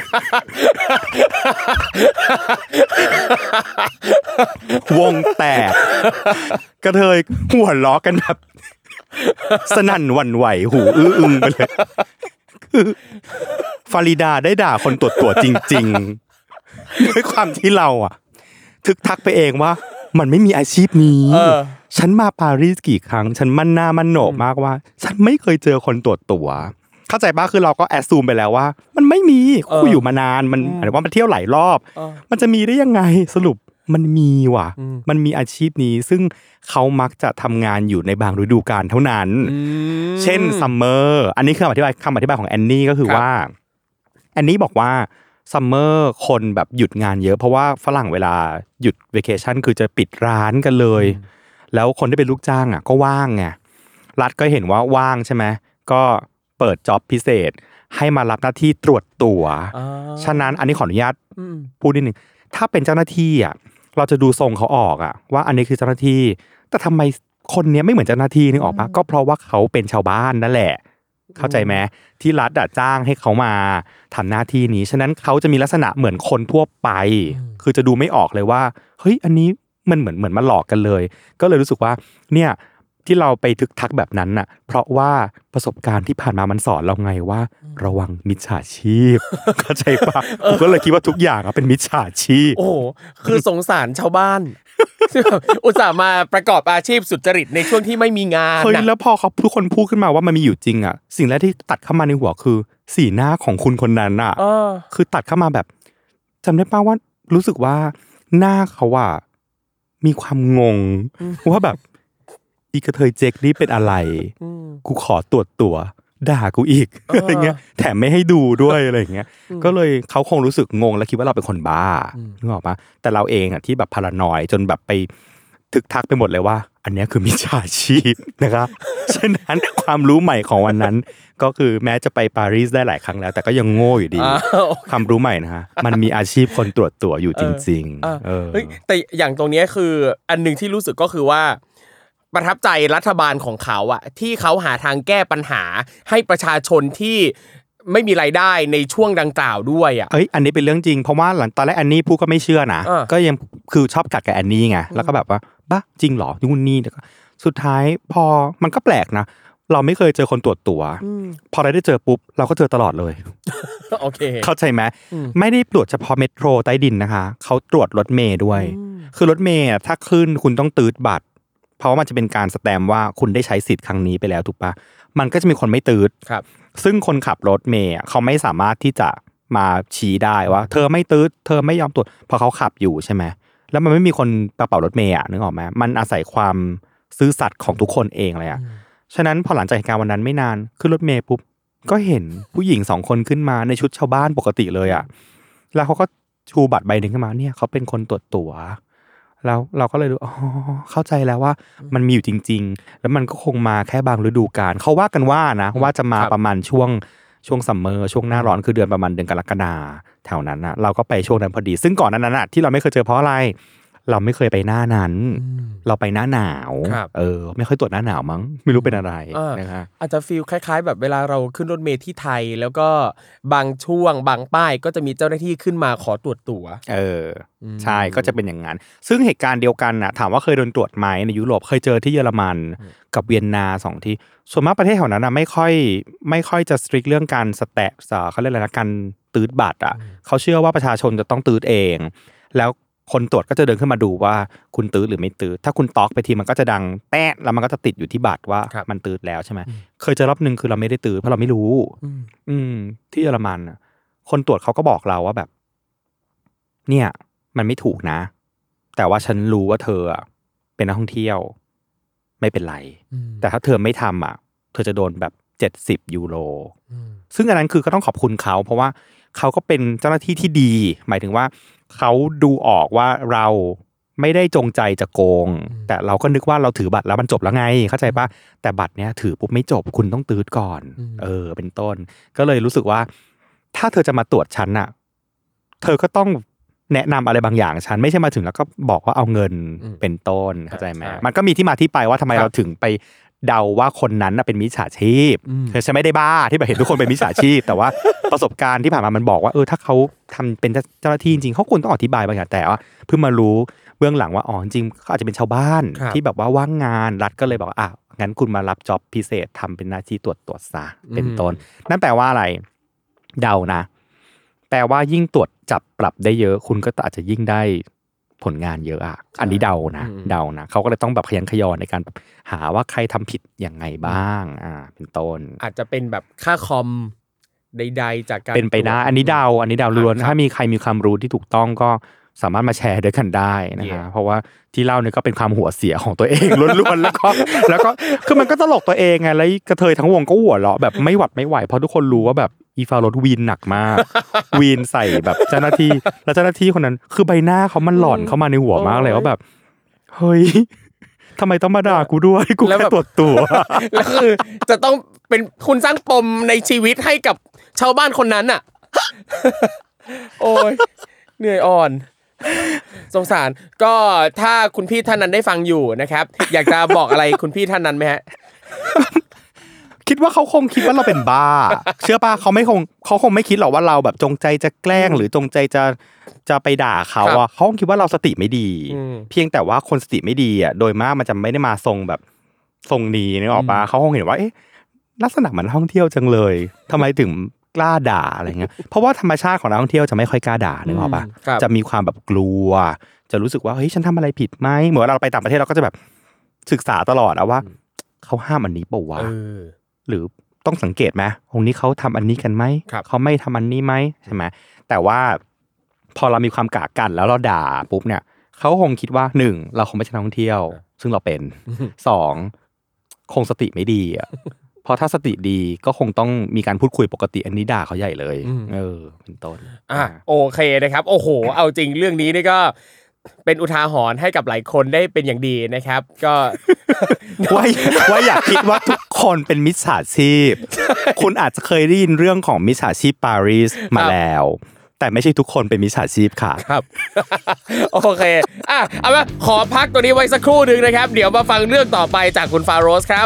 ๆ วงแตกกระเทยหัวล้อกันแบบสนั่นหวั่นไหวหูอื้ออึงไปเลยคือฟาริดาได้ด่าคนตัวตัวจริงๆด้วยความที่เราอ่ะทึกทักไปเองว่ามันไม่มีอาชีพนี้ฉันมาปารีสกี่ครั้งฉันมั่นหน้ามั่นโหนกมากว่าฉันไม่เคยเจอคนตรวจตั๋วเข้าใจป่ะคือเราก็แอสซูมไปแล้วว่ามันไม่มีกูอยู่มานานมันหมายถึงว่ามันเที่ยวหลายรอบมันจะมีได้ยังไงสรุปมันมีว่ะมันมีอาชีพนี้ซึ่งเขามักจะทำงานอยู่ในบางฤดูกาลเท่านั้นเช่นซัมเมอร์อันนี้คือคำอธิบายคำอธิบายของแอนนี่ก็คือว่าแอนนี่บอกว่าซัมเมอร์คนแบบหยุดงานเยอะเพราะว่าฝรั่งเวลาหยุดเวเคชั่นคือจะปิดร้านกันเลยแล้วคนที่เป็นลูกจ้างอ่ะก็ว่างไงรัฐก็เห็นว่าว่างใช่ไหมก็เปิดจ็อบพิเศษให้มารับหน้าที่ตรวจตั๋วฉะนั้นอันนี้ขออนุญาตพูดนิดนึงถ้าเป็นเจ้าหน้าที่อ่ะเราจะดูทรงเขาออกอ่ะว่าอันนี้คือเจ้าหน้าที่แต่ทำไมคนนี้ไม่เหมือนเจ้าหน้าที่นึกออกปะก็เพราะว่าเขาเป็นชาวบ้านนั่นแหละเข้าใจไหมที่รัฐจ้างให้เขามาทำหน้าที่นี้ฉะนั้นเขาจะมีลักษณะเหมือนคนทั่วไปคือจะดูไม่ออกเลยว่าเฮ้ยอันนี้มันเหมือนเหมือนมาหลอกกันเลยก็เลยรู้สึกว่าเนี่ยที่เราไปทึกทักแบบนั้นน่ะเพราะว่าประสบการณ์ที่ผ่านมามันสอนเราไงว่าระวังมิจฉาชีพเข้าใจปะผมก็เลยคิดว่าทุกอย่างเป็นมิจฉาชีพโอ้คือสงสารชาวบ้านอุตส่าห์มาประกอบอาชีพสุจริตในช่วงที่ไม่มีงานเฮ้ยแล้วพอเขาทุกคนพูดขึ้นมาว่ามันมีอยู่จริงอ่ะสิ่งแรกที่ตัดเข้ามาในหัวคือสีหน้าของคุณคนนั้นอ่ะคือตัดเข้ามาแบบจำได้ป่ะว่ารู้สึกว่าหน้าเขาอ่ะมีความงงว่าแบบอีกระเทยเจ๊กนี่เป็นอะไรกูขอตรวจตั๋วด่ากูอีกอะไรเงี้ยแถมไม่ให้ดูด้วยอะไรอย่างเงี้ยก็เลยเขาคงรู้สึกงงและคิดว่าเราเป็นคนบ้านึกออกปะแต่เราเองอ่ะที่แบบพารานอยจนแบบไปทึกทักไปหมดเลยว่าอันนี้คือมิจฉาชีพนะครับฉะนั้นความรู้ใหม่ของวันนั้นก็คือแม้จะไปปารีสได้หลายครั้งแล้วแต่ก็ยังโง่อยู่ดีความรู้ใหม่นะฮะมันมีอาชีพคนตรวจตั๋วอยู่จริงๆเออแต่อย่างตรงนี้คืออันนึงที่รู้สึกก็คือว่าประทับใจรัฐบาลของเขาอะที่เขาหาทางแก้ปัญหาให้ประชาชนที่ไม่มีรายได้ในช่วงดังกล่าวด้วยอะเอ้ยอันนี้เป็นเรื่องจริงเพราะว่าหลังตอนแรกแอนนี่พูดก็ไม่เชื่อนะก็ยังคือชอบกัดกับแอนนี่ไงแล้วก็แบบว่าบ้าจริงเหรอนู่นนี่สุดท้ายพอมันก็แปลกนะเราไม่เคยเจอคนตรวจตั๋วพอเราได้เจอปุ๊บเราก็เจอตลอดเลยโอเคเข้าใจไหมไม่ได้ตรวจเฉพาะเมโทรใต้ดินนะคะเขาตรวจรถเมล์ด้วยคือรถเมล์ถ้าขึ้นคุณต้องตืดบัตรเพราะว่ามันจะเป็นการสแตมป์ว่าคุณได้ใช้สิทธิ์ครั้งนี้ไปแล้วถูกปะมันก็จะมีคนไม่ตืดซึ่งคนขับรถเมล์เขาไม่สามารถที่จะมาชี้ได้ว่าเธอไม่ตืดเธอไม่ยอมตรวจเพราะเขาขับอยู่ใช่ไหมแล้วมันไม่มีคนกระเป๋ารถเมล์อ่ะนึกออกไหมมันอาศัยความซื่อสัตย์ของทุกคนเองเลยอ่ะฉะนั้นพอหลังจากเหตุการณ์วันนั้นไม่นานขึ้นรถเมล์ปุ๊บก็เห็นผู้หญิงสองคนขึ้นมาในชุดชาวบ้านปกติเลยอ่ะแล้วเขาก็ชูบัตรใบนึงขึ้นมาเนี่ยเขาเป็นคนตรวจตั๋วแล้วเราก็เลยรู้อ๋อเข้าใจแล้วว่ามันมีอยู่จริงๆแล้วมันก็คงมาแค่บางฤดูกาลเขาว่ากันว่านะว่าจะมาประมาณช่วงช่วงซัมเมอร์ช่วงหน้าร้อนคือเดือนประมาณเดือนกรกฎาแถวนั้นนะเราก็ไปช่วงนั้นพอดีซึ่งก่อนนั้นน่ะที่เราไม่เคยเจอเพราะอะไรเราไม่เคยไปหน้านั้นเราไปหน้าหนาวเออไม่ค่อยตรวจหน้าหนาวมั้งไม่รู้เป็นอะไรนะครับอาจจะฟีลคล้ายๆแบบเวลาเราขึ้นรถเมล์ที่ไทยแล้วก็บางช่วงบางป้ายก็จะมีเจ้าหน้าที่ขึ้นมาขอตรวจตั๋วเออใช่ก็จะเป็นอย่างนั้นซึ่งเหตุการณ์เดียวกันน่ะถามว่าเคยโดนตรวจไหมในยุโรปเคยเจอที่เยอรมันกับเวียนนาสองที่ส่วนมากประเทศแถวนั้นน่ะไม่ค่อยไม่ค่อยจะสตริกเรื่องการสแตะเขาเรียกอะไรนะการตืดบัตรอ่ะเขาเชื่อว่าประชาชนจะต้องตืดเองแล้วคนตรวจก็จะเดินขึ้นมาดูว่าคุณตืดหรือไม่ตืดถ้าคุณต๊อกไปทีมันก็จะดังแป๊ะแล้วมันก็จะติดอยู่ที่บัตรว่ามันตืดแล้วใช่ไหมเคยเจอรอบนึงคือเราไม่ได้ตืดเพราะเราไม่รู้อืมที่เยอรมันอ่ะคนตรวจเขาก็บอกเราว่าแบบเนี่ยมันไม่ถูกนะแต่ว่าฉันรู้ว่าเธออ่ะเป็นนักท่องเที่ยวไม่เป็นไรแต่ถ้าเธอไม่ทำอ่ะเธอจะโดนแบบเจ็ดสิบยูโรซึ่งอันนั้นคือก็ต้องขอบคุณเขาเพราะว่าเขาก็เป็นเจ้าหน้าที่ที่ดีหมายถึงว่าเขาดูออกว่าเราไม่ได้จงใจจะโกงแต่เราก็นึกว่าเราถือบัตรแล้วมันจบแล้วไงเข้าใจป่ะแต่บัตรเนี้ยถือปุ๊บไม่จบคุณต้องตืดก่อนเออเป็นต้นก็เลยรู้สึกว่าถ้าเธอจะมาตรวจฉันน่ะเธอก็ต้องแนะนำอะไรบางอย่างฉันไม่ใช่มาถึงแล้วก็บอกว่าเอาเงินเป็นต้นเข้าใจไหมมันก็มีที่มาที่ไปว่าทำไมเราถึงไปเดาว่าคนนั้นน่ะเป็นมิจฉาชีพเธอฉันไม่ได้บ้าที่แบบเห็นทุกคนเป็นมิจฉาชีพแต่ว่าประสบการณ์ที่ผ่านมามันบอกว่าเออถ้าเขาทำเป็นเจ้าหน้าที่จริงเขาควรต้องอธิบายบางอย่างแต่ว่าเพิ่งมารู้เบื้องหลังว่าอ๋อจริงเขาอาจจะเป็นชาวบ้านที่แบบว่าว่างงานรัฐก็เลยบอกอ่ะงั้นคุณมารับจ็อบพิเศษทำเป็นหน้าที่ตรวจตรวจซะเป็นต้นนั่นแปลว่าอะไรเดานะแปลว่ายิ่งตรวจจับปรับได้เยอะคุณก็อาจจะยิ่งได้ผลงานเยอะอ่ะอันนี้เดานะเดานะเขาก็เลยต้องแบบขยันขยอในการหาว่าใครทำผิดยังไงบ้างอ่าเป็นต้นอาจจะเป็นแบบค่าคอมใดๆจากการเป็นไปได้อันนี้เดาอันนี้เดาล้วนถ้ามีใครมีความรู้ที่ถูกต้องก็สามารถมาแชร์ด้วยกันได้นะฮะเพราะว่าที่เล่าเนี่ยก็เป็นความหัวเสียของตัวเองล้วนๆแล้วก็แล้วก็คือมันก็ตลกตัวเองไงแล้วกระเทยทั้งวงก็หัวเราะแบบไม่หวัดไม่ไหวเพราะทุกคนรู้ว่าแบบอีฟารถวีนหนักมากวีนใส่แบบเจ้าหน้าที่แล้วเจ้าหน้าที่คนนั้นคือใบหน้าเขามันหลอนเข้ามาในหัวมากเลยว่าแบบเฮ้ยทำไมต้องมาด่ากูด้วยกูแค่ตรวจตัวแล้วคือจะต้องเป็นคุณสร้างปมในชีวิตให้กับชาวบ้านคนนั้นอ่ะโอ้ยเหนื่อยอ่อนสงสารก็ถ้าคุณพี่ท่านนั้นได้ฟังอยู่นะครับอยากจะบอกอะไรคุณพี่ท่านนั้นไหมฮะคิดว่าเขาคงคิดว่าเราเป็นบ้าเชื่อป่ะเขาไม่คงเขาคงไม่คิดหรอกว่าเราแบบจงใจจะแกล้งหรือจงใจจะจะไปด่าเขาอ่ะเขาคงคิดว่าเราสติไม่ดีเพียงแต่ว่าคนสติไม่ดีอ่ะโดยมากมันจะไม่ได้มาทรงแบบทรงนี้นึกออกป่ะเขาคงเห็นว่าเอ๊ะลักษณะเหมือนท่องเที่ยวจังเลยทำไมถึงกล้าด่าอะไรเงี้ยเพราะว่าธรรมชาติของนักท่องเที่ยวจะไม่ค่อยกล้าด่านึกออกป่ะจะมีความแบบกลัวจะรู้สึกว่าเฮ้ยฉันทำอะไรผิดไหมเหมือนเราไปต่างประเทศเราก็จะแบบศึกษาตลอดอะว่าเขาห้ามอันนี้เปล่าวะหรือต้องสังเกตไหมตรงนี้เขาทำอันนี้กันไหมเขาไม่ทำอันนี้ไหมใช่ไหมแต่ว่าพอเรามีความกากันแล้วเราด่าปุ๊บเนี่ยเขาคงคิดว่าหนึ่งเราคงไม่ใช่นักท่องเที่ยวซึ่งเราเป็นสองคงสติไม่ดีอ่ะเพราะถ้าสติดีก็คงต้องมีการพูดคุยปกติอันนี้ด่าเขาใหญ่เลยเออเป็นต้นอ่ะโอเคนะครับโอ้โหเอาจริงเรื่องนี้นี่ก็เป็นอุทาหรณ์ให้กับหลายคนได้เป็นอย่างดีนะครับก็ว่าว่าอยากคิดว่าทุกคนเป็นมิจฉาชีพคุณอาจจะเคยได้ยินเรื่องของมิจฉาชีพปารีสมาแล้วแต่ไม่ใช่ทุกคนเป็นมิจฉาชีพค่ะครับโอเคอ่ะเอามาขอพักตัวนี้ไว้สักครู่นึงนะครับเดี๋ยวมาฟังเรื่องต่อไปจากคุณฟาโรสครับ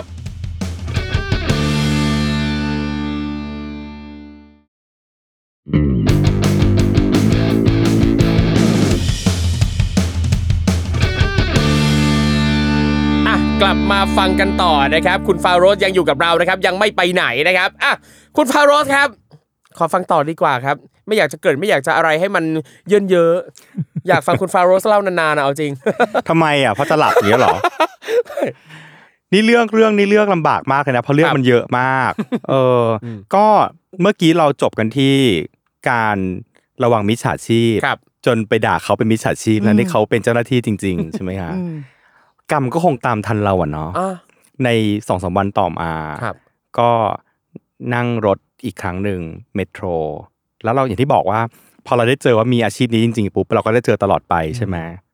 กลับมาฟังกันต่อนะครับคุณฟาโรสยังอยู่กับเรานะครับยังไม่ไปไหนนะครับอ่ะคุณฟาโรสครับขอฟังต่อดีกว่าครับไม่อยากจะเกิดไม่อยากจะอะไรให้มันเยินเยอะอยากฟังคุณฟาโรสเล่านานๆเอาจริงทำไมอ่ะเพราะจะหลับอย่างนี้หรอนี่เรื่องเรื่องนี่เรื่องลำบากมากเลยนะเพราะเรื่องมันเยอะมากเออก็เมื่อกี้เราจบกันที่การระวังมิจฉาชีพจนไปด่าเขาเป็นมิจฉาชีพนั้นที่เขาเป็นเจ้าหน้าที่จริงๆใช่ไหมคะกรรมก็คงตามทันเราอ่ะเนาะใน สองถึงสาม วันต่อมาก็นั่งรถอีกครั้งหนึ่งเมโทรแล้วเราอย่างที่บอกว่าพอเราได้เจอว่ามีอาชีพนี้จริงๆปุ๊บเราก็ได้เจอตลอดไปใช่ไหม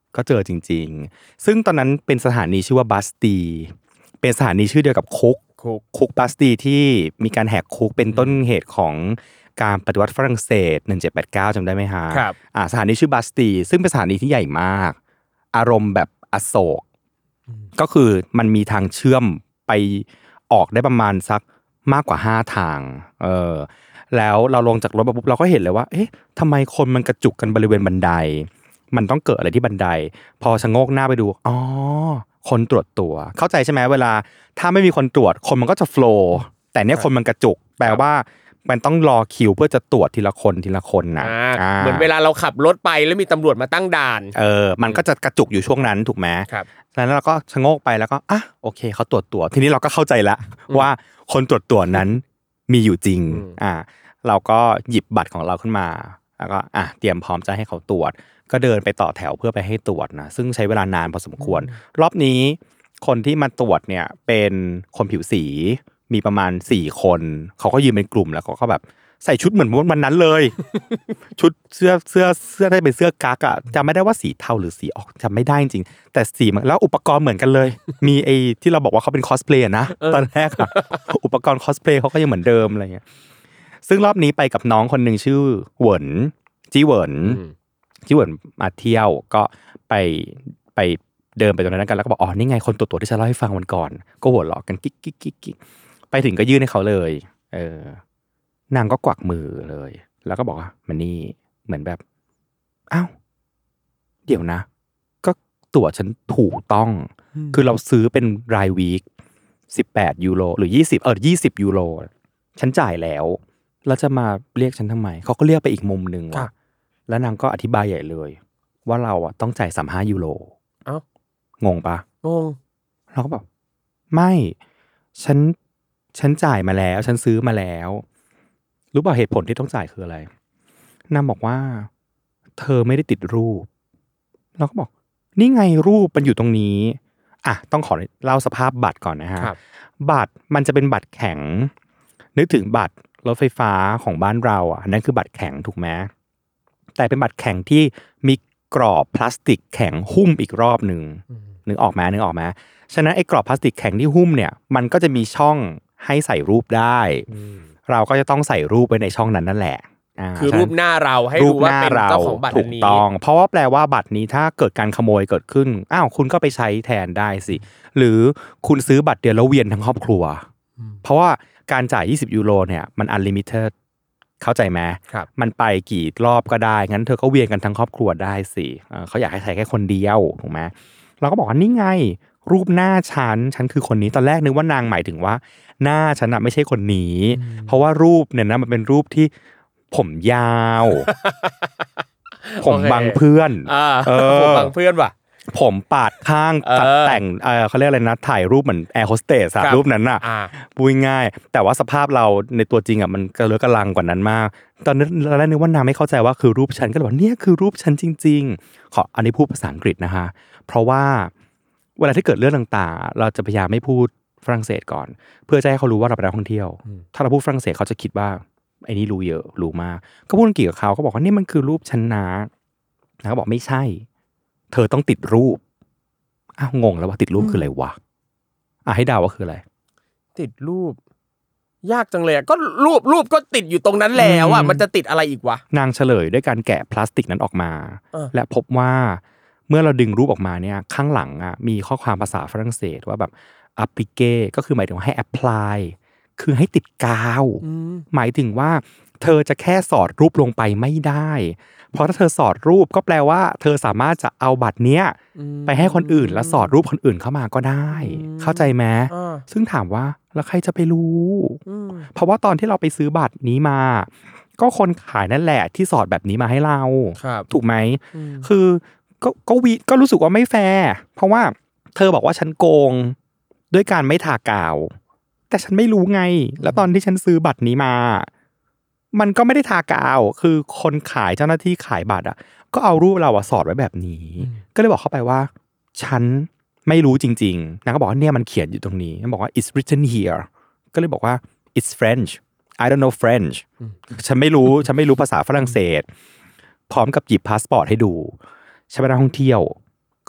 ก็เจอจริงๆซึ่งตอนนั้นเป็นสถานีชื่อว่าบัสตีเป็นสถานีชื่อเดียวกับคุกคุกบัสตีที่มีการแหกคุกเป็นต้นเหตุของการปฏิวัติฝรั่งเศสหนึ่งเจ็ดแปดเก้าจำได้ไหมฮะครับอ่าสถานีชื่อบัสตีซึ่งเป็นสถานีที่ใหญ่มากอารมณ์แบบอโศกก็คือมันมีทางเชื่อมไปออกได้ประมาณสักมากกว่าห้าทางเออแล้วเราลงจากรถปุ๊บเราก็เห็นเลยว่าเอ๊ะทำไมคนมันกระจุกกันบริเวณบันไดมันต้องเกิดอะไรที่บันไดพอชะโงกหน้าไปดูอ๋อคนตรวจตัวเข้าใจใช่ไหมเวลาถ้าไม่มีคนตรวจคนมันก็จะโฟลว์แต่เนี้ยคนมันกระจุกแปลว่ามันต้องรอคิวเพื่อจะตรวจทีละคนทีละคนนะเหมือนเวลาเราขับรถไปแล้วมีตำรวจมาตั้งด่านเออมันก็จะกระจุกอยู่ช่วงนั้นถูกไหมครับแล้วเราก็ชะโงกไปแล้วก็อ่ะโอเคเขาตรวจตัวทีนี้เราก็เข้าใจละว่าคนตรวจตัวนั้นมีอยู่จริงอ่าเราก็หยิบบัตรของเราขึ้นมาแล้วก็อ่ะเตรียมพร้อมจะให้เขาตรวจก็เดินไปต่อแถวเพื่อไปให้ตรวจนะซึ่งใช้เวลานานพอสมควรรอบนี้คนที่มาตรวจเนี่ยเป็นคนผิวสีมีประมาณสี่คนเขาก็ยืนเป็นกลุ่มแล้วเขาก็แบบใส่ชุดเหมือนวันนั้นเลย ชุดเสื้อเสื้อเสื้อได้เป็นเสื้อกั๊กอ่ะจำไม่ได้ว่าสีเทาหรือสีออกจำไม่ได้จริงๆแต่สีแล้วอุปกรณ์เหมือนกันเลย มีไอ้ที่เราบอกว่าเขาเป็นคอสเพลย์นะตอนแรกอ่ะ อุปกรณ์คอสเพลย์เขาก็ยังเหมือนเดิมอะไรเงี้ยซึ่งรอบนี้ไปกับน้องคนนึงชื่อเหวินจี้เหวินจี้เหวินมาเที่ยวก็ไปไปเดินไปตรงนั้นกันแล้วก็บอกอ๋อนี่ไงคนตัวตัวที่ฉันเล่าให้ฟังวันก่อนก็หัวเราะกันกิ๊กกิ๊กกิ๊กกิ๊กไปถึงก็ยื่นให้เขาเลยเออนางก็กวักมือเลยแล้วก็บอกว่ามันนี่เหมือนแบบอ้าวเดี๋ยวนะก็ตั๋วฉันถูกต้องคือเราซื้อเป็นรายวีคสิบแปดยูโรหรือยี่สิบเออยี่สิบยูโรฉันจ่ายแล้วแล้วจะมาเรียกฉันทำไมเขาก็เรียกไปอีกมุมนึงว่ะแล้วนางก็อธิบายใหญ่เลยว่าเราอ่ะต้องจ่ายสามสิบห้ายูโรเอ้างงปะงงเราก็แบบไม่ฉันฉันจ่ายมาแล้วฉันซื้อมาแล้วรู้ป่ะเหตุผลที่ต้องจ่ายคืออะไรนางบอกว่าเธอไม่ได้ติดรูปเราก็บอกนี่ไงรูปมันอยู่ตรงนี้อ่ะต้องขอเล่าสภาพบัตรก่อนนะฮะบัตรมันจะเป็นบัตรแข็งนึกถึงบัตรรถไฟฟ้าของบ้านเราอ่ะนั่นคือบัตรแข็งถูกไหมแต่เป็นบัตรแข็งที่มีกรอบพลาสติกแข็งหุ้มอีกรอบนึงนึกออกไหมนึกออกไหมฉะนั้นไอ้กรอบพลาสติกแข็งที่หุ้มเนี่ยมันก็จะมีช่องให้ใส่รูปได้เราก็จะต้องใส่รูปไว้ในช่องนั้นนั่นแหละคือรูปหน้าเราให้รู้ว่าเป็นเจ้าของบัตรนี้ถูกต้องเพราะว่าแปลว่าบัตรนี้ถ้าเกิดการขโมยเกิดขึ้นอ้าวคุณก็ไปใช้แทนได้สิหรือคุณซื้อบัตรเดียวแล้วเวียนทั้งครอบครัวเพราะว่าการจ่ายยี่สิบยูโรเนี่ยมันอันลิมิเต็ดเข้าใจไหมมันไปกี่รอบก็ได้งั้นเธอก็เวียนกันทั้งครอบครัวได้สิเขาอยากให้ใช้แค่คนเดียวถูกไหมเราก็บอกว่านี่ไงรูปหน้าฉันฉันคือคนนี้ตอนแรกนึกว่านางหมายถึงว่าหน้าฉันน่ะไม่ใช่คนนี้เพราะว่ารูปเนี่ยนะมันเป็นรูปที่ผมยาวผมบังเพื่อนเออผมบังเพื่อนว่ะผมปาดข้างตัดแต่งเออเขาเรียกอะไรนะถ่ายรูปเหมือนแอร์โฮสเตสอะรูปนั้นน่ะพูดง่ายแต่ว่าสภาพเราในตัวจริงอะมันกระเลือกกระลังกว่านั้นมากตอนนั้นเราแรกนึกว่านางไม่เข้าใจว่าคือรูปฉันก็เลยบอกเนี่ยคือรูปฉันจริงๆขออันนี้พูดภาษาอังกฤษนะคะเพราะว่าเวลาที่เกิดเรื่องต่างๆเราจะพยายามไม่พูดฝรั่งเศสก่อนเพื่อจะให้เขารู้ว่าเราเป็นนักท่องเที่ยวถ้าเราพูดฝรั่งเศสเขาจะคิดว่าไอ้นี่รู้เยอะรู้มากก็พูดอังกฤษกับเขาเขาบอกว่านี่มันคือรูปฉันนะนะเขาบอกไม่ใช่เธอต้องติดรูปอ้าวงงแล้วว่าติดรูปคืออะไรวะอ่ะให้เดาว่าคืออะไรติดรูปยากจังเลยก็รูปรูปก็ติดอยู่ตรงนั้นแล้วอ่ะมันจะติดอะไรอีกวะนางเฉลยด้วยการแกะพลาสติกนั้นออกมาและพบว่าเมื่อเราดึงรูปออกมาเนี่ยข้างหลังอ่ะมีข้อความภาษาฝรั่งเศสว่าแบบ applique ก็คือหมายถึงว่าให้ apply คือให้ติดกาวหมายถึงว่าเธอจะแค่สอดรูปลงไปไม่ได้เพราะถ้าเธอสอดรูปก็แปลว่าเธอสามารถจะเอาบัตรเนี้ยไปให้คนอื่นแล้วสอดรูปคนอื่นเข้ามาก็ได้เข้าใจไหมซึ่งถามว่าแล้วใครจะไปรู้เพราะว่าตอนที่เราไปซื้อบัตรนี้มาก็คนขายนั่นแหละที่สอดแบบนี้มาให้เราถูกไหมคือก็ก็วิก็รู้สึกว่าไม่แฟร์เพราะว่าเธอบอกว่าฉันโกงด้วยการไม่ทากาวแต่ฉันไม่รู้ไงแล้วตอนที่ฉันซื้อบัตรนี้มามันก็ไม่ได้ทากาวคือคนขายเจ้าหน้าที่ขายบัตรอ่ะก็เอารูปเราอะสอดไว้แบบนี้ก็เลยบอกเข้าไปว่าฉันไม่รู้จริงๆนางก็บอกว่าเนี่ยมันเขียนอยู่ตรงนี้นางบอกว่า it's written here ก็เลยบอกว่า it's French I don't know French ฉันไม่รู้ฉันไม่รู้ภาษาฝรั่งเศสพร้อมกับหยิบพาสปอร์ตให้ดูใช้เป็นนักท่องเที่ยว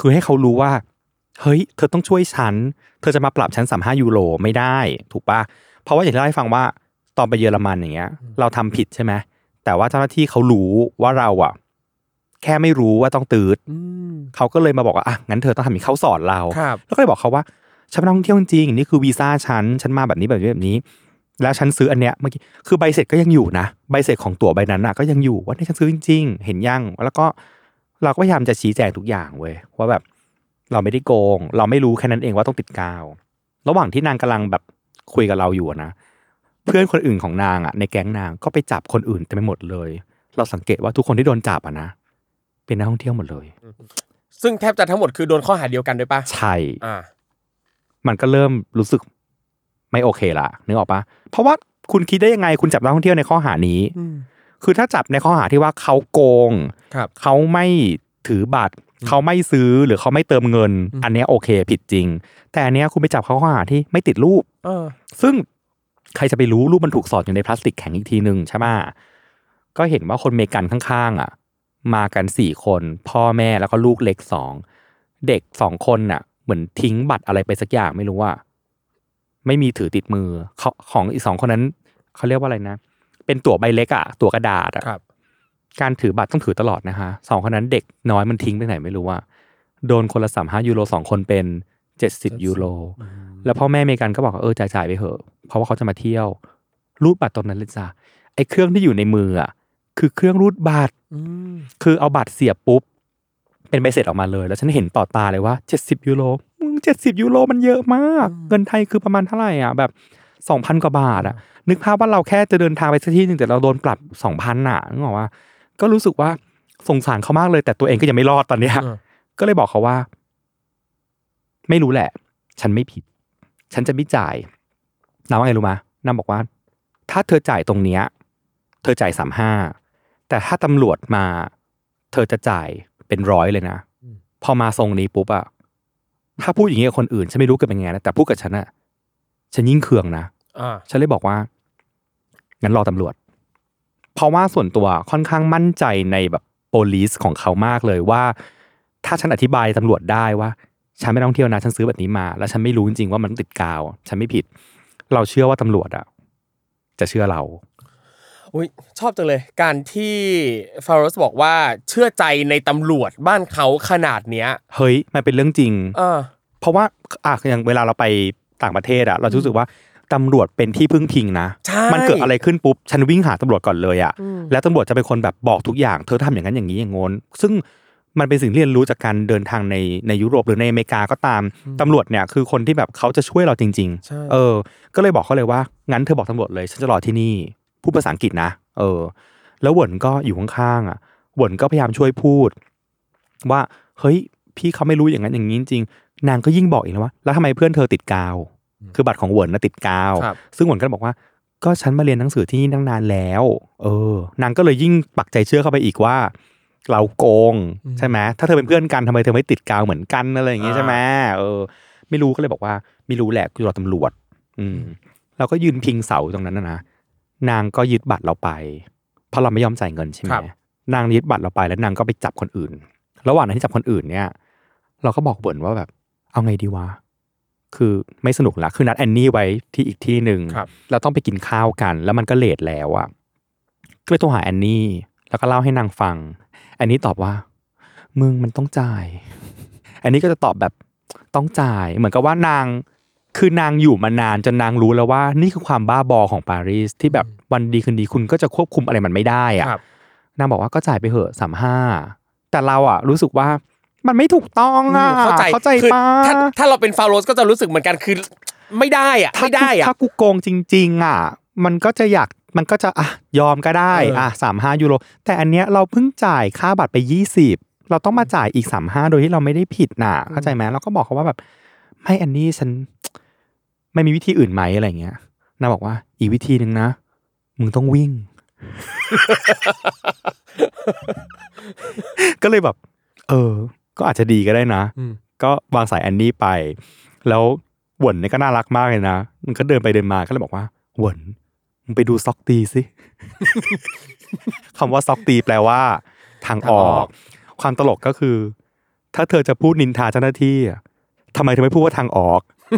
คือให้เขารู้ว่าเฮ้ยเธอต้องช่วยฉันเธอจะมาปรับฉันสามสิบห้ายูโรไม่ได้ถูกปะเพราะว่าอย่างที่เล่าให้ฟังว่าตอนไปเยอรมันอย่างเงี้ยเราทำผิดใช่ไหมแต่ว่าเจ้าหน้าที่เขารู้ว่าเราอ่ะแค่ไม่รู้ว่าต้องตืดเขาก็เลยมาบอกว่าอ่ะงั้นเธอต้องทำอย่างเขาสอนเราแล้วก็เลยบอกเขาว่าฉันเป็นนักท่องเที่ยวจริงนี่คือวีซ่าฉันฉันมาแบบนี้แบบนี้แบบนี้แล้วฉันซื้ออันเนี้ยเมื่อกี้คือใบเสร็จก็ยังอยู่นะใบเสร็จของตั๋วใบนั้นอ่ะก็ยังอยู่ว่านี่ฉันซื้อจริงๆเห็นยังแล้วก็เราก็พยายามจะชี้แจงทุกอย่างเว้ยว่าแบบเราไม่ได้โกงเราไม่รู้แค่นั้นเองว่าต้องติดกาวระหว่างที่นางกำลังแบบคุยกับเราอยู่นะเพื่อนคนอื่นของนางอ่ะในแก๊งนางก็ไปจับคนอื่นเต็มไปหมดเลยเราสังเกตว่าทุกคนที่โดนจับอ่ะนะเป็นนักท่องเที่ยวหมดเลยซึ่งแทบจะทั้งหมดคือโดนข้อหาเดียวกันด้วยป่ะใช่อ่ามันก็เริ่มรู้สึกไม่โอเคละนึกออกป่ะเพราะว่าคุณคิดได้ยังไงคุณจับนักท่องเที่ยวในข้อหานี้คือถ้าจับในข้อหาที่ว่าเขาโกงเขาไม่ถือบัตรเขาไม่ซื้อหรือเขาไม่เติมเงินอันนี้โอเคผิดจริงแต่อันนี้คุณไปจับเขาข้อหาที่ไม่ติดรูปซึ่งใครจะไปรู้รูปมันถูกสอดอยู่ในพลาสติกแข็งอีกทีนึงใช่ไหมก็เห็นว่าคนเมกันข้างๆอ่ะมากันสี่คนพ่อแม่แล้วก็ลูกเล็กสองเด็กสองคนน่ะเหมือนทิ้งบัตรอะไรไปสักอย่างไม่รู้ว่าไม่มีถือติดมือของอีกสองคนนั้นเขาเรียกว่าอะไรนะเป็นตั๋วใบเล็กอ่ะตั๋วกระดาษอ่ะการถือบัตรต้องถือตลอดนะฮะสองคนนั้นเด็กน้อยมันทิ้งไปไหนไม่รู้ว่าโดนคนละสามห้ายูโรสองคนเป็นเจ็ดสิบยูโรแล้วพ่อแม่เมกันก็บอกเออจ่ายๆไปเถอะเพราะว่าเขาจะมาเที่ยวรูดบัตรตรงนั้นเลยจ้ะไอ้เครื่องที่อยู่ในมืออ่ะคือเครื่องรูดบัตรคือเอาบัตรเสียบปุ๊บเป็นใบเสร็จออกมาเลยแล้วฉันเห็นต่อตาเลยว่าเจ็ดสิบยูโรมึงเจ็ดสิบยูโรมันเยอะมากเงินไทยคือประมาณเท่าไหร่อ่ะแบบ สองพัน กว่าบาทอ่ะนึกภาพว่าเราแค่จะเดินทางไปสักที่นึงแต่เราโดนปรับ สองพัน น่ะนึกออกว่าก็รู้สึกว่าสงสารเขามากเลยแต่ตัวเองก็ยังไม่รอดตอนเนี้ยก็เลยบอกเขาว่าไม่รู้แหละฉันไม่ผิดฉันจะไม่จ่ายนางว่าไงรู้มั้ยนางบอกว่าถ้าเธอจ่ายตรงเนี้ยเธอจ่ายสามสิบห้าแต่ถ้าตำรวจมาเธอจะจ่ายเป็นร้อยเลยนะพอมาทรงนี้ปุ๊บอะถ้าพูดอย่างนี้กับคนอื่นฉันไม่รู้เกิดเป็นไงนะแต่พูดกับฉันอะฉันยิ่งเคืองนะฉันเลยบอกว่างั้นรอตำรวจเพราะว่าส่วนตัวค่อนข้างมั่นใจในแบบโพลิสของเขามากเลยว่าถ้าฉันอธิบายตำรวจได้ว่าฉันไม่ต้องเที่ยวนะฉันซื้อแบบนี้มาแล้วฉันไม่รู้จริงๆว่ามันติดกาวฉันไม่ผิดเราเชื่อว่าตำรวจอะจะเชื่อเราอุ๊ยชอบจังเลยการที่ฟาโรสบอกว่าเชื่อใจในตำรวจบ้านเขาขนาดเนี้ยเฮ้ยมันเป็นเรื่องจริงเออเพราะว่าอ่ะอย่างเวลาเราไปต่างประเทศอะเรารู้สึกว่าตำรวจเป็นที่พึ่งพิงนะมันเกิดอะไรขึ้นปุ๊บฉันวิ่งหาตำรวจก่อนเลยอะแล้วตำรวจจะเป็นคนแบบบอกทุกอย่างเธอทำอย่างนั้นอย่างนี้อย่างงนซึ่งมันเป็นสิ่งที่เรียนรู้จากการเดินทางในในยุโรปหรือในอเมริกาก็ตามตำรวจเนี่ยคือคนที่แบบเขาจะช่วยเราจริงๆเออก็เลยบอกเขาเลยว่างั้นเธอบอกตำรวจเลยฉันจะรอที่นี่พูดภาษาอังกฤษนะเออแล้วเหวินก็อยู่ข้างๆอ่ะเหวินก็พยายามช่วยพูดว่าเฮ้ยพี่เขาไม่รู้อย่างนั้นอย่างนี้จริงๆนางก็ยิ่งบอกอีกนะว่าแล้วทำไมเพื่อนเธอติดกาวคือบัตรของเหวินน่ะติดกาวซึ่งเหวินก็บอกว่าก็ฉันมาเรียนหนังสือที่นี่ตั้งนานแล้วเออนางก็เลยยิ่งปักใจเชื่อเข้าไปอีกว่าเราโกงใช่ไหมถ้าเธอเป็นเพื่อนกันทำไมเธอไม่ติดกาวเหมือนกันอะไรอย่างเงี้ยใช่ไหมเออไม่รู้ก็เลยบอกว่าไม่รู้แหละคือรอตำรวจอืมเราก็ยืนพิงเสาตรงนั้นนะนะนางก็ยึดบัตรเราไปเพราะเราไม่ยอมจ่ายเงินใช่ไหมนางยึดบัตรเราไปแล้วนางก็ไปจับคนอื่นระหว่างนั้นที่จับคนอื่นเนี่ยเราก็บอกเบิร์นว่าแบบเอาไงดีวะคือไม่สนุกละคือนัดแอนนี่ไว้ที่อีกที่หนึ่งเราต้องไปกินข้าวกันแล้วมันก็เลทแล้วอ่ะก็เลยโทรหาแอนนี่แล้วก็เล่าให้นางฟังแอนนี่ตอบว่ามึงมันต้องจ่ายแอนนี่ก็จะตอบแบบต้องจ่ายเหมือนกับว่านางคือนางอยู่มานานจนนางรู้แล้วว่านี่คือความบ้าบอของปารีสที่แบบวันดีคืนดีคุณก็จะควบคุมอะไรมันไม่ได้อ่ะนางบอกว่าก็จ่ายไปเหอะสามห้าแต่เราอ่ะรู้สึกว่ามันไม่ถูกต้องอ่ะเข้าใจเข้าใจป่ะถ้าถ้าเราเป็นฟาโรสก็จะรู้สึกเหมือนกันคือไม่ได้อ่ะไม่ได้อ่ะถ้ากูโกงจริงๆอ่ะมันก็จะอยากมันก็จะอ่ะยอมก็ได้อ่ะสามสิบห้ายูโรแต่อันเนี้ยเราเพิ่งจ่ายค่าบัตรไปยี่สิบเราต้องมาจ่ายอีกสามสิบห้าโดยที่เราไม่ได้ผิดน่ะเข้าใจมั้ยเราก็บอกเขาว่าแบบไม่อันนี้ฉันไม่มีวิธีอื่นไหมอะไรเงี้ยนางบอกว่าอีกวิธีนึงนะมึงต้องวิ่ง ก็เลยแบบเออก็อาจจะดีก็ได้นะก็วางสายแอนนี่ไปแล้วหวนเนี่ยก็น่ารักมากเลยนะมันก็เดินไปเดินมาก็เลยบอกว่าหวนมึงไปดูซ็อกตีสิ คำว่าซ็อกตีแปลว่าทางออกความตลกก็คือถ้าเธอจะพูดนินทาเจ้าหน้าที่อ่ะทำไมเธอไม่พูดว่าทางออก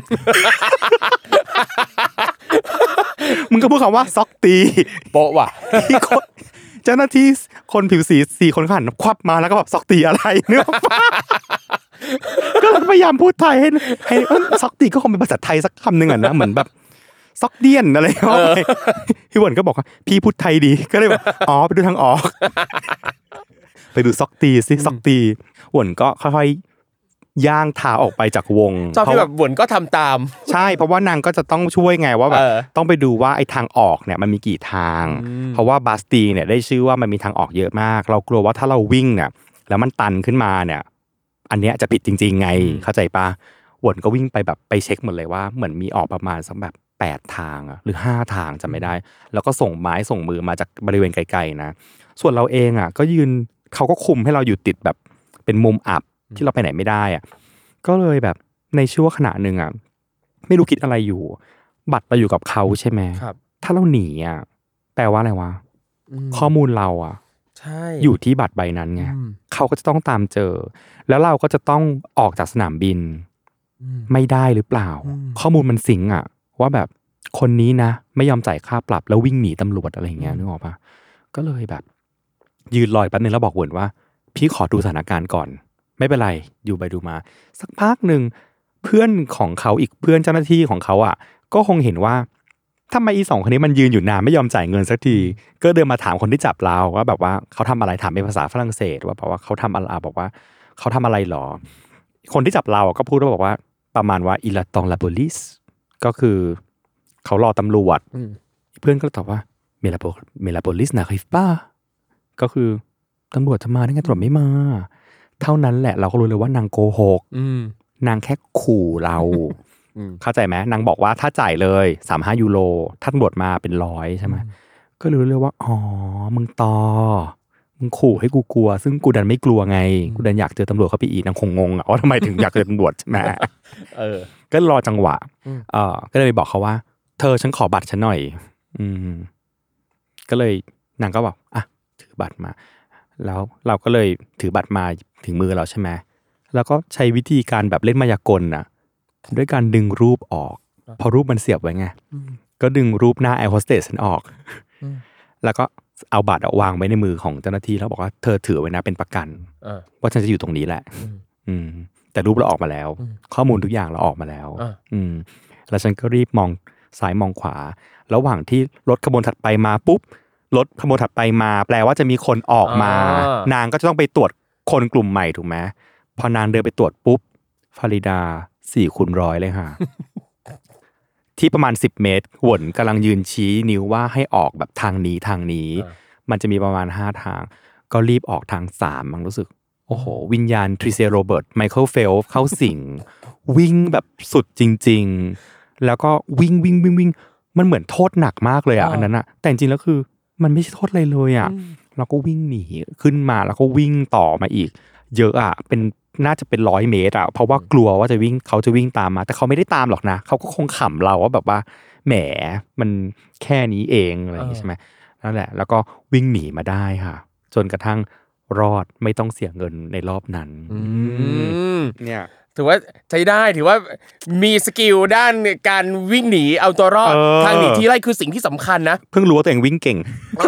มึงก็พูดคำว่าซอกตีโปะว่ะที่คนเจ้าหน้าที่คนผิวสีสี่คนขันควับมาแล้วก็แบบซอกตีอะไรเนื้อก็พยายามพูดไทยให้ให้ซอกตีก็คงเป็นภาษาไทยสักคำหนึ่งอ่ะนะเหมือนแบบซอกเดียนอะไรเข้าไปพี่หวนก็บอกว่าพี่พูดไทยดีก็เลยแบบอ๋อไปดูทางออกไปดูซอกตีสิซอกตีหวนก็ค่อยๆย่างเท้าออกไปจากวงชอบที่แบบหวนก็ทำตามใช่เพราะว่านางก็จะต้องช่วยไงว่าแบบต้องไปดูว่าไอ้ทางออกเนี่ยมันมีกี่ทางเพราะว่าบาสตีเนี่ยได้ชื่อว่ามันมีทางออกเยอะมากเรากลัวว่าถ้าเราวิ่งเนี่ยแล้วมันตันขึ้นมาเนี่ยอันเนี้ยจะผิดจริงๆไงเข้าใจปะหวนก็วิ่งไปแบบไปเช็คหมดเลยว่าเหมือนมีออกประมาณสักแบบแปดทางหรือห้าทางจำไม่ได้แล้วก็ส่งไม้ส่งมือมาจากบริเวณไกลๆนะส่วนเราเองอ่ะก็ยืนเขาก็คุมให้เราอยู่ติดแบบเป็นมุมอับที่เราไปไหนไม่ได้อ่ะก็เลยแบบในช่วงขณะนึงอ่ะไม่รู้คิดอะไรอยู่บัตรเราอยู่กับเขาใช่ไหมถ้าเราหนีอ่ะแปลว่าอะไรวะข้อมูลเราอ่ะใช่อยู่ที่บัตรใบนั้นไงเขาก็จะต้องตามเจอแล้วเราก็จะต้องออกจากสนามบินไม่ได้หรือเปล่าข้อมูลมันสิงอ่ะว่าแบบคนนี้นะไม่ยอมจ่ายค่าปรับแล้ววิ่งหนีตำรวจอะไรอย่างเงี้ยนึกออกปะก็เลยแบบยืนรอแป๊บนึงแล้วบอกหวนว่าพี่ขอดูสถานการณ์ก่อนไม่เป็นไรอยู่ไปดูมาสักพักนึงเพื่อนของเขาอีกเพื่อนเจ้าหน้าที่ของเขาอ่ะก็คงเห็นว่าทำไมอีสองคนนี้มันยืนอยู่นานไม่ยอมจ่ายเงินสักทีก็เดินมาถามคนที่จับเราว่าแบบว่าเขาทำอะไรถามเป็นภาษาฝรั่งเศสว่าแบบว่าเขาทำอะไรบอกว่าเขาทำอะไรหรอคนที่จับเราก็พูดว่าบอกว่าประมาณว่าอิลาตองลาโบลิสก็คือเขารอตำรวจเพื่อนก็ตอบว่าเมลาโบเมลาโบลิสนะคิฟป้าก็คือตำรวจจะมาได้ไงตำรวจไม่มาเท่านั้นแหละเราก็รู้เลยว่านางโกหกนางแค่ขู่เราเข้าใจไหมนางบอกว่าถ้าจ่ายเลยสามสิบห้ายูโรถ้าตำรวจมาเป็นร้อยใช่ไหมก็รู้เลยว่าอ๋อมึงตอมึงขู่ให้กูกลัวซึ่งกูดันไม่กลัวไงกูดันอยากเจอตำรวจเขาไปอีกนางคงงงอ่ะว่าทำไมถึงอยากเจอตำรวจใช่ไหมเออก็รอจังหวะเออก็เลยบอกเขาว่าเธอฉันขอบัตรฉันหน่อยอืมก็เลยนางก็บอกอ่ะถือบัตรมาแล้วเราก็เลยถือบัตรมาถึงมือเราใช่ไหมแล้วก็ใช้วิธีการแบบเล่นมายากลน่ะด้วยการดึงรูปออกพอรูปมันเสียบไว้ไงก็ดึงรูปหน้าแอร์โฮสเตสฉันออกแล้วก็เอาบัตรวางไว้ในมือของเจ้าหน้าที่แล้วบอกว่าเธอถือไว้นะเป็นประกันว่าฉันจะอยู่ตรงนี้แหละอืมแต่รูปเราออกมาแล้วข้อมูลทุกอย่างเราออกมาแล้วอืมแล้วฉันก็รีบมองซ้ายมองขวาระหว่างที่รถขบวนถัดไปมาปุ๊บรถขบวนถัดไปมาแปลว่าจะมีคนออกมานางก็จะต้องไปตรวจคนกลุ่มใหม่ถูกไหมพอนางเดินไปตรวจปุ๊บฟาริดาสี่คูณร้อยเลยค่ะ ที่ประมาณสิบเมตรหวนกำลังยืนชี้นิ้วว่าให้ออกแบบทางนี้ทางนี้มันจะมีประมาณห้าทางก็รีบออกทางสามมันรู้สึกโอ้โหวิญญาณทริเซโรเบิร์ตไมเคิลเฟลเข้าสิง วิ่งแบบสุดจริงๆแล้วก็วิ่งวิ่งวิ่งวิ่งมันเหมือนโทษหนักมากเลยอ่ะอันนั้นอ่ะแต่จริงๆแล้วคือมันไม่ใช่โทษอะไรเลยอ่ะเราก็วิ่งหนีขึ้นมาแล้วก็วิ่งต่อมาอีกเยอะอ่ะเป็นน่าจะเป็นร้อยเมตรอ่ะเพราะว่ากลัวว่าจะวิ่งเขาจะวิ่งตามมาแต่เขาไม่ได้ตามหรอกนะเขาก็คงขำเราว่าแบบว่าแหมมันแค่นี้เองอะไรอย่างงี้ใช่ไหมนั่นแหละแล้วก็วิ่งหนีมาได้ค่ะจนกระทั่งรอดไม่ต้องเสียเงินในรอบนั้นเนี่ยถือว่าใช้ได้ถือว่ามีสกิลด้านการวิ่งหนีเอาตัวรอดทางหนีที่ไล่คือสิ่งที่สำคัญนะเพิ่งรู้ว่าตัวเองวิ่งเก่ง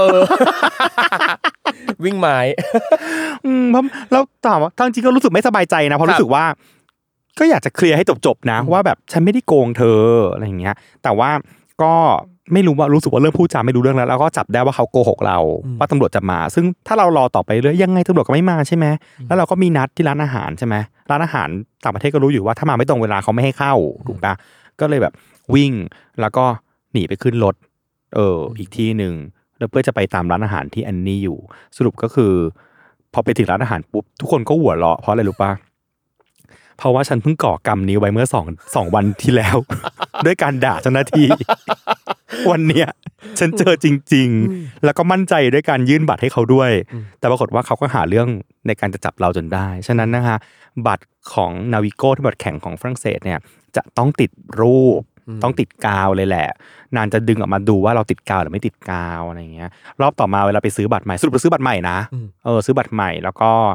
วิ่งไม้อืมเพราะแล้วถามว่าทั้งจริงก็รู้สึกไม่สบายใจนะเพราะรู้สึกว่าก็อยากจะเคลียร์ให้จบๆนะว่าแบบฉันไม่ได้โกงเธออะไรอย่างเงี้ยแต่ว่าก็ไม่รู้ว่ารู้สึกว่าเริ่มพูดจาไม่รู้เรื่องแล้วแล้วก็จับได้ว่าเขาโกหกเราว่าตำรวจจะมาซึ่งถ้าเรารอต่อไปเรื่อยยังไงตำรวจก็ไม่มาใช่ไหมแล้วเราก็มีนัดที่ร้านอาหารใช่ไหมร้านอาหารต่างประเทศก็รู้อยู่ว่าถ้ามาไม่ตรงเวลาเขาไม่ให้เข้าถูกปะก็เลยแบบวิ่งแล้วก็หนีไปขึ้นรถเอออีกที่นึงแล้วเพื่อจะไปตามร้านอาหารที่อันนี้อยู่สรุปก็คือพอไปถึงร้านอาหารปุ๊บทุกคนก็หัวเราะเพราะอะไรรู้ปะเพราะว่าฉันเพิ่งก่อกรรมนี้ไว้เมื่อสองสองวันที่แล้ว ด้วยการด่าเจ้าหน้าที่ วันเนี้ยฉันเจอจริงๆแล้วก็มั่นใจด้วยการยื่นบัตรให้เขาด้วยแต่ปรากฏว่าเขาก็หาเรื่องในการจะจับเราจนได้ฉะนั้นนะฮะบัตรของนาวิโก้ที่บัตรแข่งของฝรั่งเศสเนี่ยจะต้องติดรูปต้องติดกาวเลยแหละนานจะดึงออกมาดูว่าเราติดกาวหรือไม่ติดกาวอะไรเงี้ยรอบต่อมาเวลาไปซื้อบัตรใหม่สรุปไปซื้อบัตรใหม่นะเออซื้อบัตรใหม่แล้วก็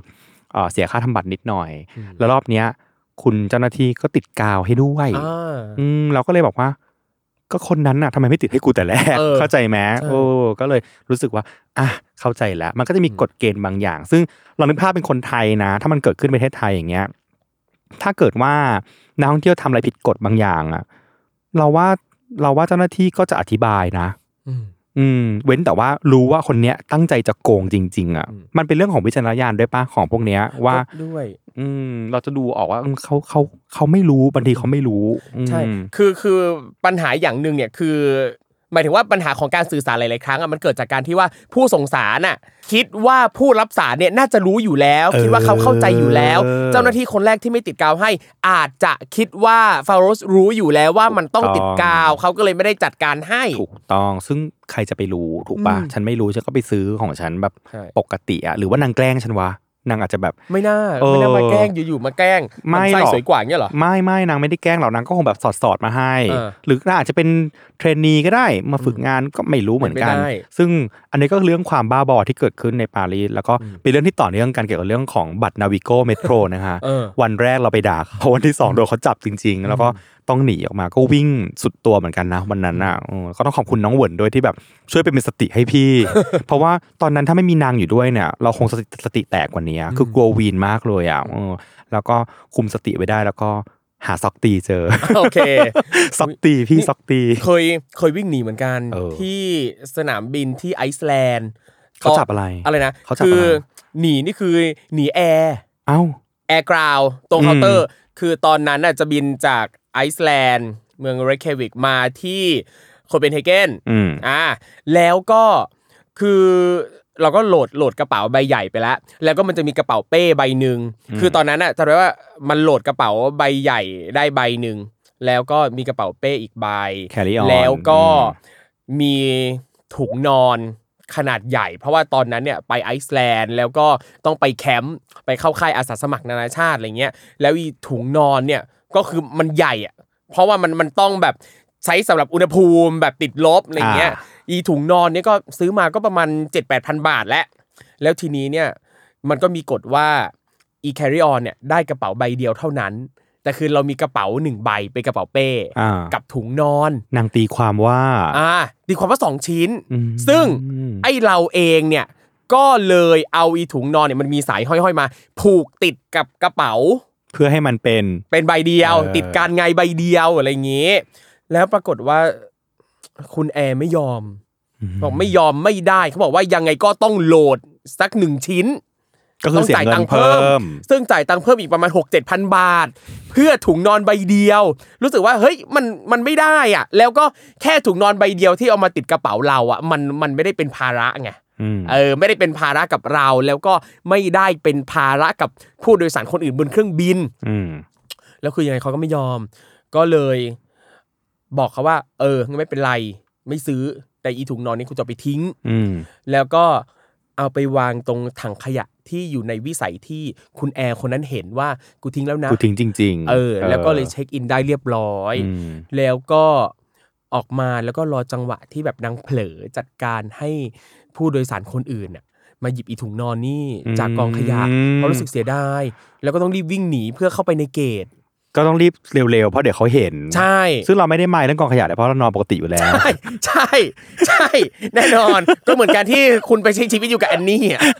เอ่อเสียค่าทำบัตรนิดหน่อยแล้วรอบเนี้ยคุณเจ้าหน้าที่ก็ติดกาวให้ด้วยอืมเราก็เลยบอกว่าก็คนนั้นน่ะทำไมไม่ติดให้กูแต่แรกเข้าใจไหมโอ้ก็เลยรู้สึกว่าอ่ะเข้าใจแล้วมันก็จะมีกฎเกณฑ์บางอย่างซึ่งเรานึกภาพเป็นคนไทยนะถ้ามันเกิดขึ้นในประเทศไทยอย่างเงี้ยถ้าเกิดว่านักท่องเที่ยวทำอะไรผิดกฎบางอย่างอ่ะเราว่าเราว่าเจ้าหน้าที่ก็จะอธิบายนะอืมเว้นแต่ว่ารู้ว่าคนเนี้ยตั้งใจจะโกงจริงๆอ่ะมันเป็นเรื่องของวิจารณญาณด้วยป่ะของพวกเนี้ยว่าด้วยอืมเราจะดูออกว่าเขาเขาเขาไม่รู้บางทีเขาไม่รู้ใช่คือคือปัญหาอย่างนึงเนี่ยคือหมายถึงว่าปัญหาของการสื่อสารหลายๆครั้งอ่ะมันเกิดจากการที่ว่าผู้ส่งสารน่ะคิดว่าผู้รับสารเนี่ยน่าจะรู้อยู่แล้วคิดว่าเขาเข้าใจอยู่แล้วเจ้าหน้าที่คนแรกที่ไม่ติดกาวให้อาจจะคิดว่าฟาโรสรู้อยู่แล้วว่ามันต้องติดกาวเขาก็เลยไม่ได้จัดการให้ถูกต้องซึ่งใครจะไปรู้ถูกป่ะฉันไม่รู้ฉันก็ไปซื้อของฉันแบบปกติอ่ะหรือว่านางแกล้งฉันวะนางอาจจะแบบไม่น่าไม่น่ามาแกล้งอยู่ๆมาแกล้งไม่หรอกสวยกว่าเงี้ยเหรอไม่ไม่นางไม่ได้แกล้งหรอกนางก็คงแบบสอดๆมาให้หรืออาจจะเป็นเทรนนีก็ได้มาฝึกงานก็ไม่รู้เหมือนกันซึ่งอันนี้ก็เรื่องความบ้าบอที่เกิดขึ้นในปารีสแล้วก็เป็นเรื่องที่ต่อเนื่องกันเกี่ยวกับเรื่องของบัตรนาวิโกเมโทรนะฮะวันแรกเราไปด่าเขาวันที่สองโดนเขาจับจริงๆแล้วก็ต้องหนีออกมาก็วิ่งสุดตัวเหมือนกันนะวันนั้นน่ะก็ต้องขอบคุณน้องเหวินด้วยที่แบบช่วยเป็นสติให้พี่ เพราะว่าตอนนั้นถ้าไม่มีนางอยู่ด้วยเนี่ยเราคงสติแตกกว่านี้คือกลัววีนมากเลยอ่ะแล้วก็คุมสติไว้ได้แล้วก็หาซ็อกตีเจอโอเคซ็อกตีพี่ซ็อกตีเคยเคยวิ่งหนีเหมือนกันที่สนามบินที่ไอซ์แลนด์เขาจับอะไรอะไรนะคือหนีนี่คือหนีแอร์เอ้าแอร์กราวด์ตรงเคาน์เตอร์คือตอนนั้นน่ะจะบินจากไอซ์แลนด์เมืองเรคเควิกมาที่โคเปนเฮเกนอ่าแล้วก็คือเราก็โหลดโหลดกระเป๋าใบใหญ่ไปแล้วแล้วก็มันจะมีกระเป๋าเป้ใบนึงคือตอนนั้นน่ะจำได้ว่ามันโหลดกระเป๋าใบใหญ่ได้ใบนึงแล้วก็มีกระเป๋าเป้อีกใบแล้วก็มีถุงนอนขนาดใหญ่เพราะว่าตอนนั้นเนี่ยไปไอซ์แลนด์แล้วก็ต้องไปแคมป์ไปเข้าค่ายอาสาสมัครนานาชาติอะไรเงี้ยแล้วอีถุงนอนเนี่ยก็คือมันใหญ่อ่ะเพราะว่ามันมันต้องแบบใช้สำหรับอุณหภูมิแบบติดลบอะไรเงี้ยอีถุงนอนเนี่ยก็ซื้อมาก็ประมาณ เจ็ดถึงแปดพัน บาทแล้วแล้วทีนี้เนี่ยมันก็มีกฎว่าอีแครีออนเนี่ยได้กระเป๋าใบเดียวเท่านั้นแต่คือเรามีกระเป๋าหนึ่งใบเป็นกระเป๋าเป้กับถุงนอนนางตีความว่าอ่าตีความว่าสองชิ้นซึ่งไอ้เราเองเนี่ยก็เลยเอาอีถุงนอนเนี่ยมันมีสายห้อยๆมาผูกติดกับกระเป๋าเพื่อให้มันเป็นเป็นใบเดียวติดกันไงใบเดียวอะไรอย่างงี้แล้วปรากฏว่าคุณแอร์ไม่ยอมบอกไม่ยอมไม่ได้เขาบอกว่ายังไงก็ต้องโหลดสักหนึ่งชิ้นก็คือเสียเงินเพิ่มซึ่งจ่ายตังค์เพิ่มอีกประมาณ หกถึงเจ็ดพัน บาทเพื่อถุงนอนใบเดียวรู้สึกว่าเฮ้ยมันมันไม่ได้อ่ะแล้วก็แค่ถุงนอนใบเดียวที่เอามาติดกระเป๋าเราอ่ะมันมันไม่ได้เป็นภาระไงเออไม่ได้เป็นภาระกับเราแล้วก็ไม่ได้เป็นภาระกับผู้โดยสารคนอื่นบนเครื่องบินแล้วคือยังไงเขาก็ไม่ยอมก็เลยบอกเขาว่าเออไม่เป็นไรไม่ซื้อแต่อีถุงนอนนี้กูจะไปทิ้งแล้วก็เอาไปวางตรงถังขยะที่อยู่ในวิสัยที่คุณแอร์คนนั้นเห็นว่ากูทิ้งแล้วนะกูทิ้งจริงๆเออแล้วก็เลยเช็คอินได้เรียบร้อยแล้วก็ออกมาแล้วก็รอจังหวะที่แบบนางเผลอจัดการให้ผู้โดยสารคนอื่นน่ะมาหยิบอีถุงนอนนี่จากกองขยะเพราะรู้สึกเสียดายแล้วก็ต้องรีบวิ่งหนีเพื่อเข้าไปในเกตก็ต้องรีบเร็วๆเพราะเดี๋ยวเขาเห็นใช่ซึ่งเราไม่ได้ไม่เรื่องกองขยะเลยเพราะเรานอนปกติอยู่แล้วใช่ใช่ใช่แน่นอนก็เหมือนกันที่คุณไปใช้ชีวิตอยู่กับแอนนี่อ่ะ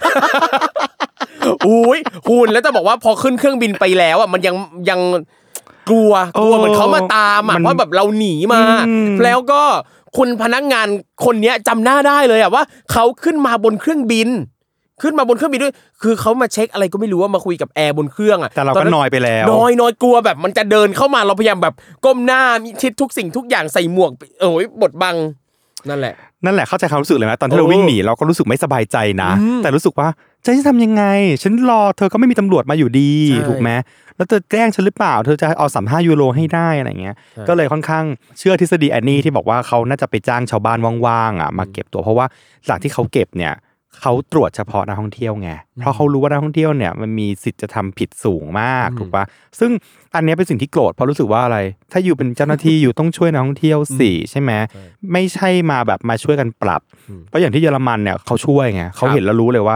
อุ้ยคุณแล้วจะบอกว่าพอขึ้นเครื่องบินไปแล้วอ่ะมันยังยังกลัวกลัวเหมือนเขามาตามอ่ะเพราะแบบเราหนีมาแล้วก็คุณพนักงานคนนี้จำหน้าได้เลยอ่ะว่าเขาขึ้นมาบนเครื่องบินขึ้นมาบนเครื่องบินด้วยคือเขามาเช็คอะไรก็ไม่รู้ว่ามาคุยกับแอร์บนเครื่องอ่ะแต่เราก็นอยไปแล้วนอยนอยกลัวแบบมันจะเดินเข้ามาเราพยายามแบบก้มหน้ามีชิดทุกสิ่งทุกอย่างใส่หมวกโอ้ยบดบังนั่นแหละนั่นแหละเข้าใจความรู้สึกเลยนะตอนที่เราวิ่งหนีเราก็รู้สึกไม่สบายใจนะแต่รู้สึกว่าจะทำยังไงฉันรอเธอก็ไม่มีตำรวจมาอยู่ดีถูกไหมแล้วเธอแกล้งฉันหรือเปล่าเธอจะเอาสามสิบห้ายูโรให้ได้อะไรเงี้ยก็เลยค่อนข้างเชื่อทฤษฎีแอนนี่ที่บอกว่าเขาน่าจะไปจ้างชาวบ้านว่างๆอ่ะมาเก็บตัวเพราะว่าหลังที่เขาเก็บเนี่ยเขาตรวจเฉพาะนักท่องเที่ยวไงเพราะเขารู้ว่านักท่องเที่ยวเนี่ยมันมีสิทธิ์จะทำผิดสูงมากถูกปะซึ่งอันนี้เป็นสิ่งที่โกรธเพราะรู้สึกว่าอะไรถ้าอยู่เป็นเจ้าหน้าที่อยู่ต้องช่วยนักท่องเที่ยวสิใช่ไหมไม่ใช่มาแบบมาช่วยกันปรับเพราะอย่างที่เยอรมันเนี่ยเขาช่วยไงเขาเห็นแล้วรู้เลยว่า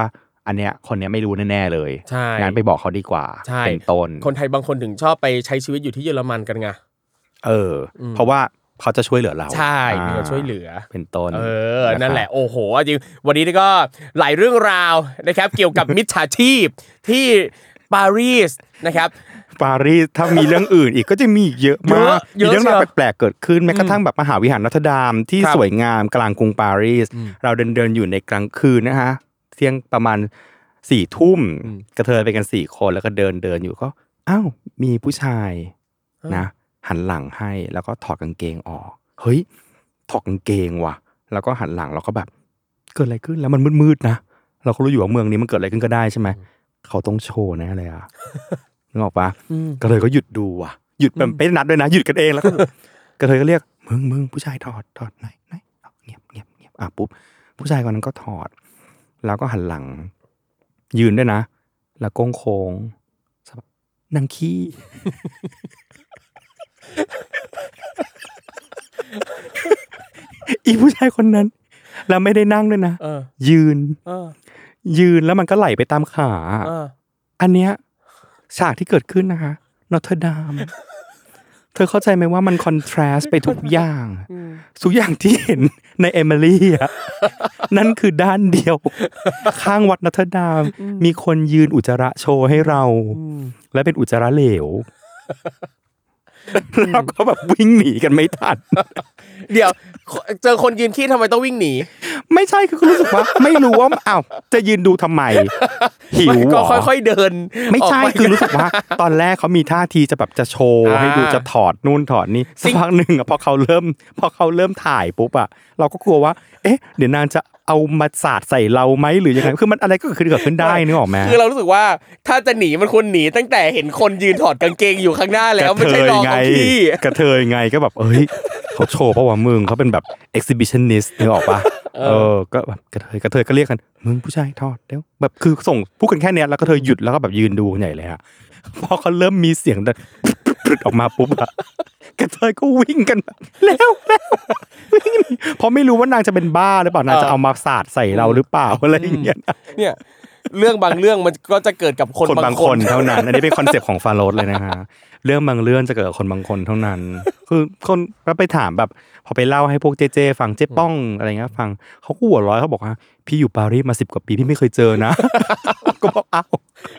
อันเนี้ยคนเนี้ยไม่รู้แน่ๆเลยใช่งั้นไปบอกเขาดีกว่าเป็นต้นคนไทยบางคนถึงชอบไปใช้ชีวิตอยู่ที่เยอรมันกันไงเออเพราะว่าเขาจะช่วยเหลือเราใช่มีคนช่วยเหลือเป็นต้นเออนั่นแหละโอ้โหจริงวันนี้ก็หลายเรื่องราวนะครับเกี่ยวกับมิจฉาชีพที่ปารีสนะครับปารีสถ้ามีเรื่องอื่นอีกก็จะมีเยอะมากมีเรื่องราวแปลกๆเกิดขึ้นแม้กระทั่งแบบมหาวิหารนอร์ทเดามที่สวยงามกลางกรุงปารีสเราเดินๆอยู่ในกลางคืนนะฮะเที่ยงประมาณสี่ทุ่มกระเทยไปกันสี่คนแล้วก็เดินเดินอยู่ก็อ้าวมีผู้ชายนะหันหลังให้แล้วก็ถอดกางเกงออกเฮ้ยถอดกางเกงว่ะแล้วก็หันหลังแล้วก็แบบเกิดอะไรขึ้นแล้วมันมืดๆนะเราก็รู้อยู่ว่าเมืองนี้มันเกิดอะไรขึ้นก็ได้ใช่ไหมเขาต้องโชว์นะอะไรอ่ะนึกออกปะก็เลยก็หยุดดูว่ะหยุดแบบไม่นัดด้วยนะหยุดกันเองแล้วก็ก็เลยก็เรียกมึงมึงผู้ชายถอดถอดไหนไหนเงียบเงียบเงียบอ่ะปุ๊บผู้ชายคนนั้นก็ถอดแล้วก็หันหลังยืนด้วยนะแล้วโค้งโค้งนางขี้อีผู้ชายคนนั้นแล้วไม่ได้นั่งด้วยนะยืนยืนแล้วมันก็ไหลไปตามขาอันเนี้ยฉากที่เกิดขึ้นนะคะนอร์ทเดามเธอเข้าใจไหมว่ามันคอนทราสต์ไปทุกอย่างทุกอย่างที่เห็นในเอมิลี่อ่ะนั่นคือด้านเดียวข้างวัดนอร์ทเดามมีคนยืนอุจจาระโชว์ให้เราและเป็นอุจจาระเหลวแล้วก็แบบวิ่งหนีกันไม่ทันเดี๋ยวเจอคนยืนขี้ทำไมต้องวิ่งหนีไม่ใช่คือรู้สึกว่าไม่รู้ว่าอ้าวจะยืนดูทำไมหิวก็ค่อยๆเดินไม่ใช่คือรู้สึกว่าตอนแรกเขามีท่าทีจะแบบจะโชว์ให้ดูจะถอดนู่นถอดนี่สักพักนึงอ่ะพอเขาเริ่มพอเขาเริ่มถ่ายปุ๊บอ่ะเราก็กลัวว่าเอ๊ะเดี๋ยวนางจะเอามาสาดใส่เราไหมหรือยังไงคือมันอะไรก็คือเกิดขึ้นได้นึกออกมั้ยคือเรารู้สึกว่าถ้าจะหนีมันควรหนีตั้งแต่เห็นคนยืนถอดกางเกงอยู่ข้างหน้าแล้วไม่ใช่รอของพี่กระเทยไงก็แบบเอ้ยเขาโชว์เพราะว่ามึงเขาเป็นแบบ exhibitionist นึกออกป่ะเออก็แบบกระเทยกระเทยก็เรียกกันมึงผู้ชายถอดเดี๋ยวแบบคือส่งพูดกันแค่เนี้ยแล้วกระเทยหยุดแล้วก็แบบยืนดูใหญ่เลยฮะพอเขาเริ่มมีเสียงดังออกมาปุ๊บอะกระเทยก็วิ่งกันแบบแล้วแล้วเพราะไม่รู้ว่านางจะเป็นบ้าหรือเปล่านางจะเอามาสาดใส่เราหรือเปล่าอะไรอย่างเงี้ยเนี่ยเรื่องบางเรื่องมันก็จะเกิดกับคนบางคนเท่านั้นอันนี้เป็นคอนเซ็ปต์ของฟาโรสเลยนะฮะเรื่องบางเรื่องจะเกิดกับคนบางคนเท่านั้นคือคนก็ไปถามแบบพอไปเล่าให้พวกเจเจฟังเจ๊ป้องอะไรเงี้ยฟังเขาก็หัวร้อยเขาบอกว่าพี่อยู่ปารีสมาสิบกว่าปีพี่ไม่เคยเจอนะก็บอกอ้าว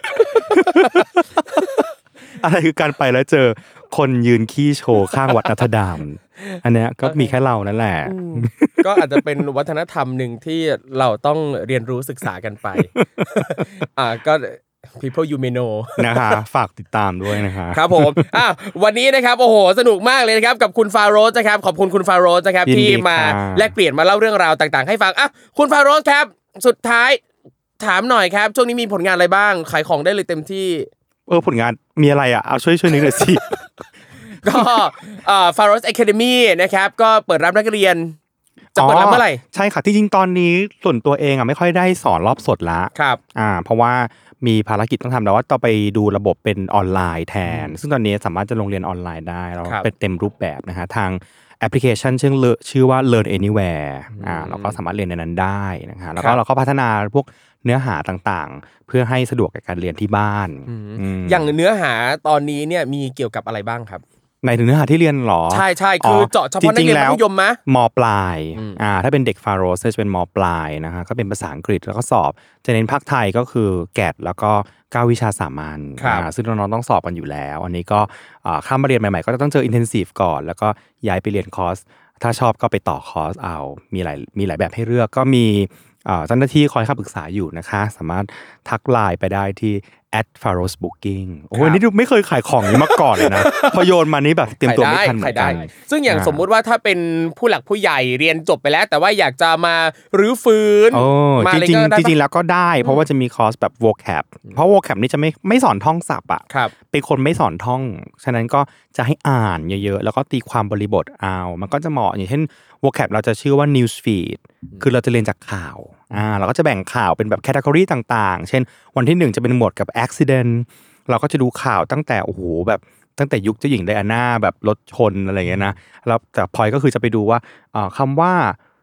อะไรคือการไปแล้วเจอคนยืนขี้โชว์ข้างวัดนอร์ทเดามอันเนี้ยก็มีแค่เรานั่นแหละก็อาจจะเป็นวัฒนธรรมนึงที่เราต้องเรียนรู้ศึกษากันไปอ่าก็ people you may know นะคะฝากติดตามด้วยนะคะครับผมอ่ะวันนี้นะครับโอ้โหสนุกมากเลยนะครับกับคุณฟาโรสนะครับขอบคุณคุณฟาโรสนะครับที่มาแลกเปลี่ยนมาเล่าเรื่องราวต่างๆให้ฟังอ่ะคุณฟาโรสครับสุดท้ายถามหน่อยครับช่วงนี้มีผลงานอะไรบ้างขายของได้เลยเต็มที่เออผลงานมีอะไรอ่ะเอาช่วยช่วยนิดหน่อยสิก็เอ่อ Pharos Academy นะครับก็เปิดรับนักเรียนจะเปิดรับเมื่อไหร่ใช่ค่ะที่จริงตอนนี้ส่วนตัวเองอ่ะไม่ค่อยได้สอนรอบสดละครับอ่าเพราะว่ามีภารกิจต้องทำแต่ว่าต่อไปดูระบบเป็นออนไลน์แทนซึ่งตอนนี้สามารถจะลงเรียนออนไลน์ได้แล้วเป็นเต็มรูปแบบนะฮะทางแอปพลิเคชันชื่อชื่อว่า Learn Anywhere อ่าเราก็สามารถเรียนในนั้นได้นะฮะแล้วก็เราก็พัฒนาพวกเนื้อหาต่างๆเพื่อให้สะดวกกับการเรียนที่บ้านอย่างเนื้อหาตอนนี้เนี่ยมีเกี่ยวกับอะไรบ้างครับในถึงเนื้อหาที่เรียนหรอใช่ๆคือเจาะเฉพาะนักเรียนมัธยมมั้ยม.ปลายอ่าถ้าเป็นเด็กฟาโรสจะเป็นม.ปลายนะฮะก็เป็นภาษาอังกฤษแล้วก็สอบจะเน้นภาคไทยก็คือแกดแล้วก็เก้าวิชาสามัญอ่าซึ่งน้องๆต้องสอบกันอยู่แล้วอันนี้ก็อ่าเข้ามาเรียนใหม่ๆก็ต้องเจอ intensive ก่อนแล้วก็ย้ายไปเรียนคอร์สถ้าชอบก็ไปต่อคอร์สเอามีหลายมีหลายแบบให้เลือกก็มีอ่าเจ้าหน้าที่คอยคำปรึกษาอยู่นะคะสามารถทักไลน์ไปได้ที่ at faros booking โอ้ยนี่ดูไม่เคยขายของนี้มาก่อนเลยนะพอโยนมานี้แบบเตรียมตัวไม่ทันเหมือนกันซึ่งอย่างสมมุติว่าถ้าเป็นผู้หลักผู้ใหญ่เรียนจบไปแล้วแต่ว่าอยากจะมารื้อฟื้นมาจริงๆจริงๆแล้วก็ได้เพราะว่าจะมีคอร์สแบบ vocab เพราะ vocab นี่จะไม่ไม่สอนท่องศัพท์อ่ะเป็นคนไม่สอนท่องฉะนั้นก็จะให้อ่านเยอะๆแล้วก็ตีความบริบทเอามันก็จะเหมาะอย่างเช่น vocab เราจะชื่อว่า news feed คือเราจะเรียนจากข่าวอ่าเราก็จะแบ่งข่าวเป็นแบบ category ต่างๆเช่นวันที่หนึ่งจะเป็นหมวดกับ accident เราก็จะดูข่าวตั้งแต่โอ้โหแบบตั้งแต่ยุคเจ้าหญิงไดอาน่าแบบรถชนอะไรอย่างเงี้ยนะแล้วแต่พอยก็คือจะไปดูว่าอ่าคำว่า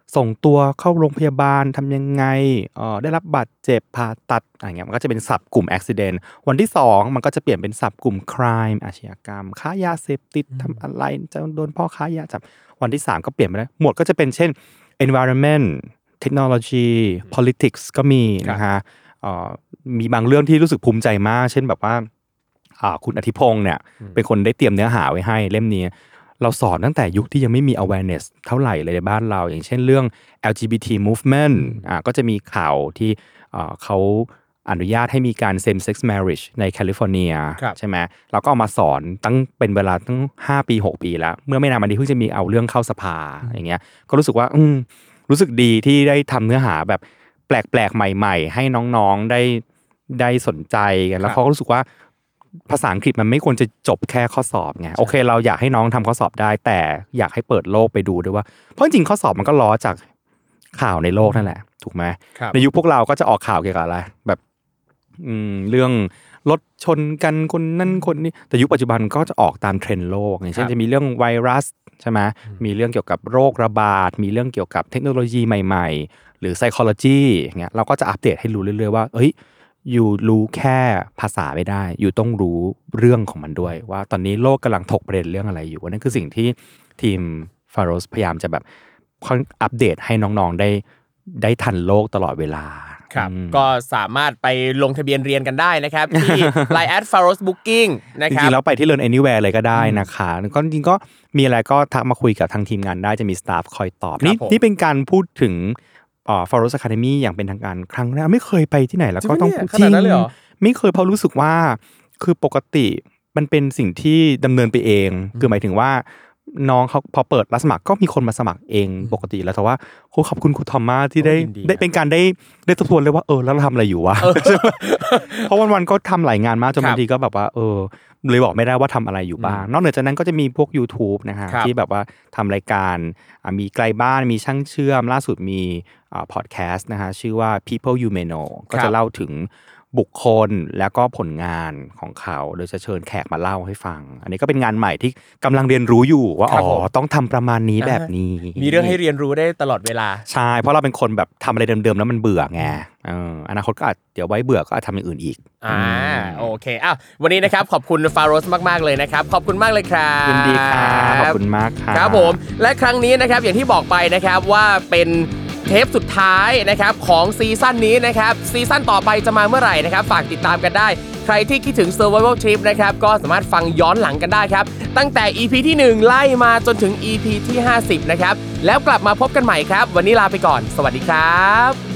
ส่งตัวเข้าโรงพยาบาลทำยังไงเอ่อได้รับบาดเจ็บผ่าตัดอะไรเงี้ยมันก็จะเป็นศัพท์กลุ่ม accident วันที่สองมันก็จะเปลี่ยนเป็นศัพท์กลุ่ม crime อาชญากรรมค้ายาเสพติดทำอะไรจะโดนพ่อค้ายาจับวันที่สามก็เปลี่ยนไปแล้วหมวดก็จะเป็นเช่น environment technology politics ก็มีนะฮะเอ่อมีบางเรื่องที่รู้สึกภูมิใจมากเช่นแบบว่าอ่าคุณอธิพงษ์เนี่ยเป็นคนได้เตรียมเนื้อหาไว้ให้เล่มนี้เราสอนตั้งแต่ยุคที่ยังไม่มี awareness เท่าไหร่เลยในบ้านเราอย่างเช่นเรื่อง แอล จี บี ที movement อ่าก็จะมีข่าวที่เอ่อเขาอนุญาตให้มีการ same sex marriage ในแคลิฟอร์เนียใช่ไหมเราก็เอามาสอนตั้งเป็นเวลาตั้งห้าปีหกปีแล้วเมื่อไม่นานมานี้เพิ่งจะมีเอาเรื่องเข้าสภาอย่างเงี้ยก็รู้สึกว่าอืมรู้สึกดีที่ได้ทำเนื้อหาแบบแปลกๆใหม่ๆให้น้องๆได้ได้สนใจกันแล้วเขาก็รู้สึกว่าภาษาอังกฤษมันไม่ควรจะจบแค่ข้อสอบไงโอเคเราอยากให้น้องทำข้อสอบได้แต่อยากให้เปิดโลกไปดูด้วยว่าเพราะจริงข้อสอบมันก็ล้อจากข่าวในโลกนั่นแหละถูกไหมในยุคพวกเราก็จะออกข่าวเกี่ยวกับอะไรแบบอืมเรื่องรถชนกันคนนั่นคนนี้แต่ยุคปัจจุบันก็จะออกตามเทรนด์โลกอย่างเช่นจะมีเรื่องไวรัสใช่ไหมมีเรื่องเกี่ยวกับโรคระบาดมีเรื่องเกี่ยวกับเทคโนโลยีใหม่ๆหรือ psychology อย่างเงี้ยเราก็จะอัปเดตให้รู้เรื่อยๆว่าเอ้ยอยู่รู้แค่ภาษาไม่ได้อยู่ต้องรู้เรื่องของมันด้วยว่าตอนนี้โลกกำลังถกประเด็นเรื่องอะไรอยู่นั่นคือสิ่งที่ทีม Pharos พยายามจะแบบอัปเดตให้น้องๆได้ได้ทันโลกตลอดเวลาครับก็สามารถไปลงทะเบียนเรียนกันได้นะครับที่ ไลน์ แอท Pharos Booking นะครับจริงๆแล้วไปที่ Learn Anywhere เลยก็ได้นะคะก็จริงๆก็มีอะไรก็ทักมาคุยกับทางทีมงานได้จะมีสตาฟคอยตอบนี่นี่เป็นการพูดถึงอ่า Pharos Academy อย่างเป็นทางการครั้งแรกไม่เคยไปที่ไหนแล้วก็ต้องจริงไม่เคยเพราะรู้สึกว่าคือปกติมันเป็นสิ่งที่ดำเนินไปเองคือหมายถึงว่าน้องเขาพอเปิดรับสมัครก็มีคนมาสมัครเองปกติแล้วแต่ว่าขอบคุณครูทอมมากที่ได้ได้เป็นการได้ได้ทบทวนเลยว่าเออแล้วเราทำอะไรอยู่วะเพราะวันๆก็ทำหลายงานมากจนบางทีก็แบบว่าเออเลยบอกไม่ได้ว่าทำอะไรอยู่บ้างนอกเหนือจากนั้นก็จะมีพวก YouTube นะฮะที่แบบว่าทำรายการมีไกลบ้านมีช่างเชื่อมล่าสุดมีพอดแคสต์นะฮะชื่อว่า People You May Know ก็จะเล่าถึงบุคคลแล้วก็ผลงานของเขาโดยจะเชิญแขกมาเล่าให้ฟังอันนี้ก็เป็นงานใหม่ที่กำลังเรียนรู้อยู่ว่าอ๋อต้องทำประมาณนี้แบบนี้มีเรื่องให้เรียนรู้ได้ตลอดเวลาใช่เพราะเราเป็นคนแบบทำอะไรเดิมๆแล้วมันเบื่อไงเอออนาคตก็อาจเดี๋ยวไว้เบื่อก็อาจทำอย่างอื่นอีกอ่าโอเคอ้าววันนี้นะครับขอบคุณ Pharos มากๆเลยนะครับขอบคุณมากเลยครับยินดีครับขอบคุณมากครับครับผมและครั้งนี้นะครับอย่างที่บอกไปนะครับว่าเป็นเทปสุดท้ายนะครับของซีซั่นนี้นะครับซีซั่นต่อไปจะมาเมื่อไหร่นะครับฝากติดตามกันได้ใครที่คิดถึง Survival Trip นะครับก็สามารถฟังย้อนหลังกันได้ครับตั้งแต่ อี พี ที่หนึ่งไล่มาจนถึง อี พี ที่ห้าสิบนะครับแล้วกลับมาพบกันใหม่ครับวันนี้ลาไปก่อนสวัสดีครับ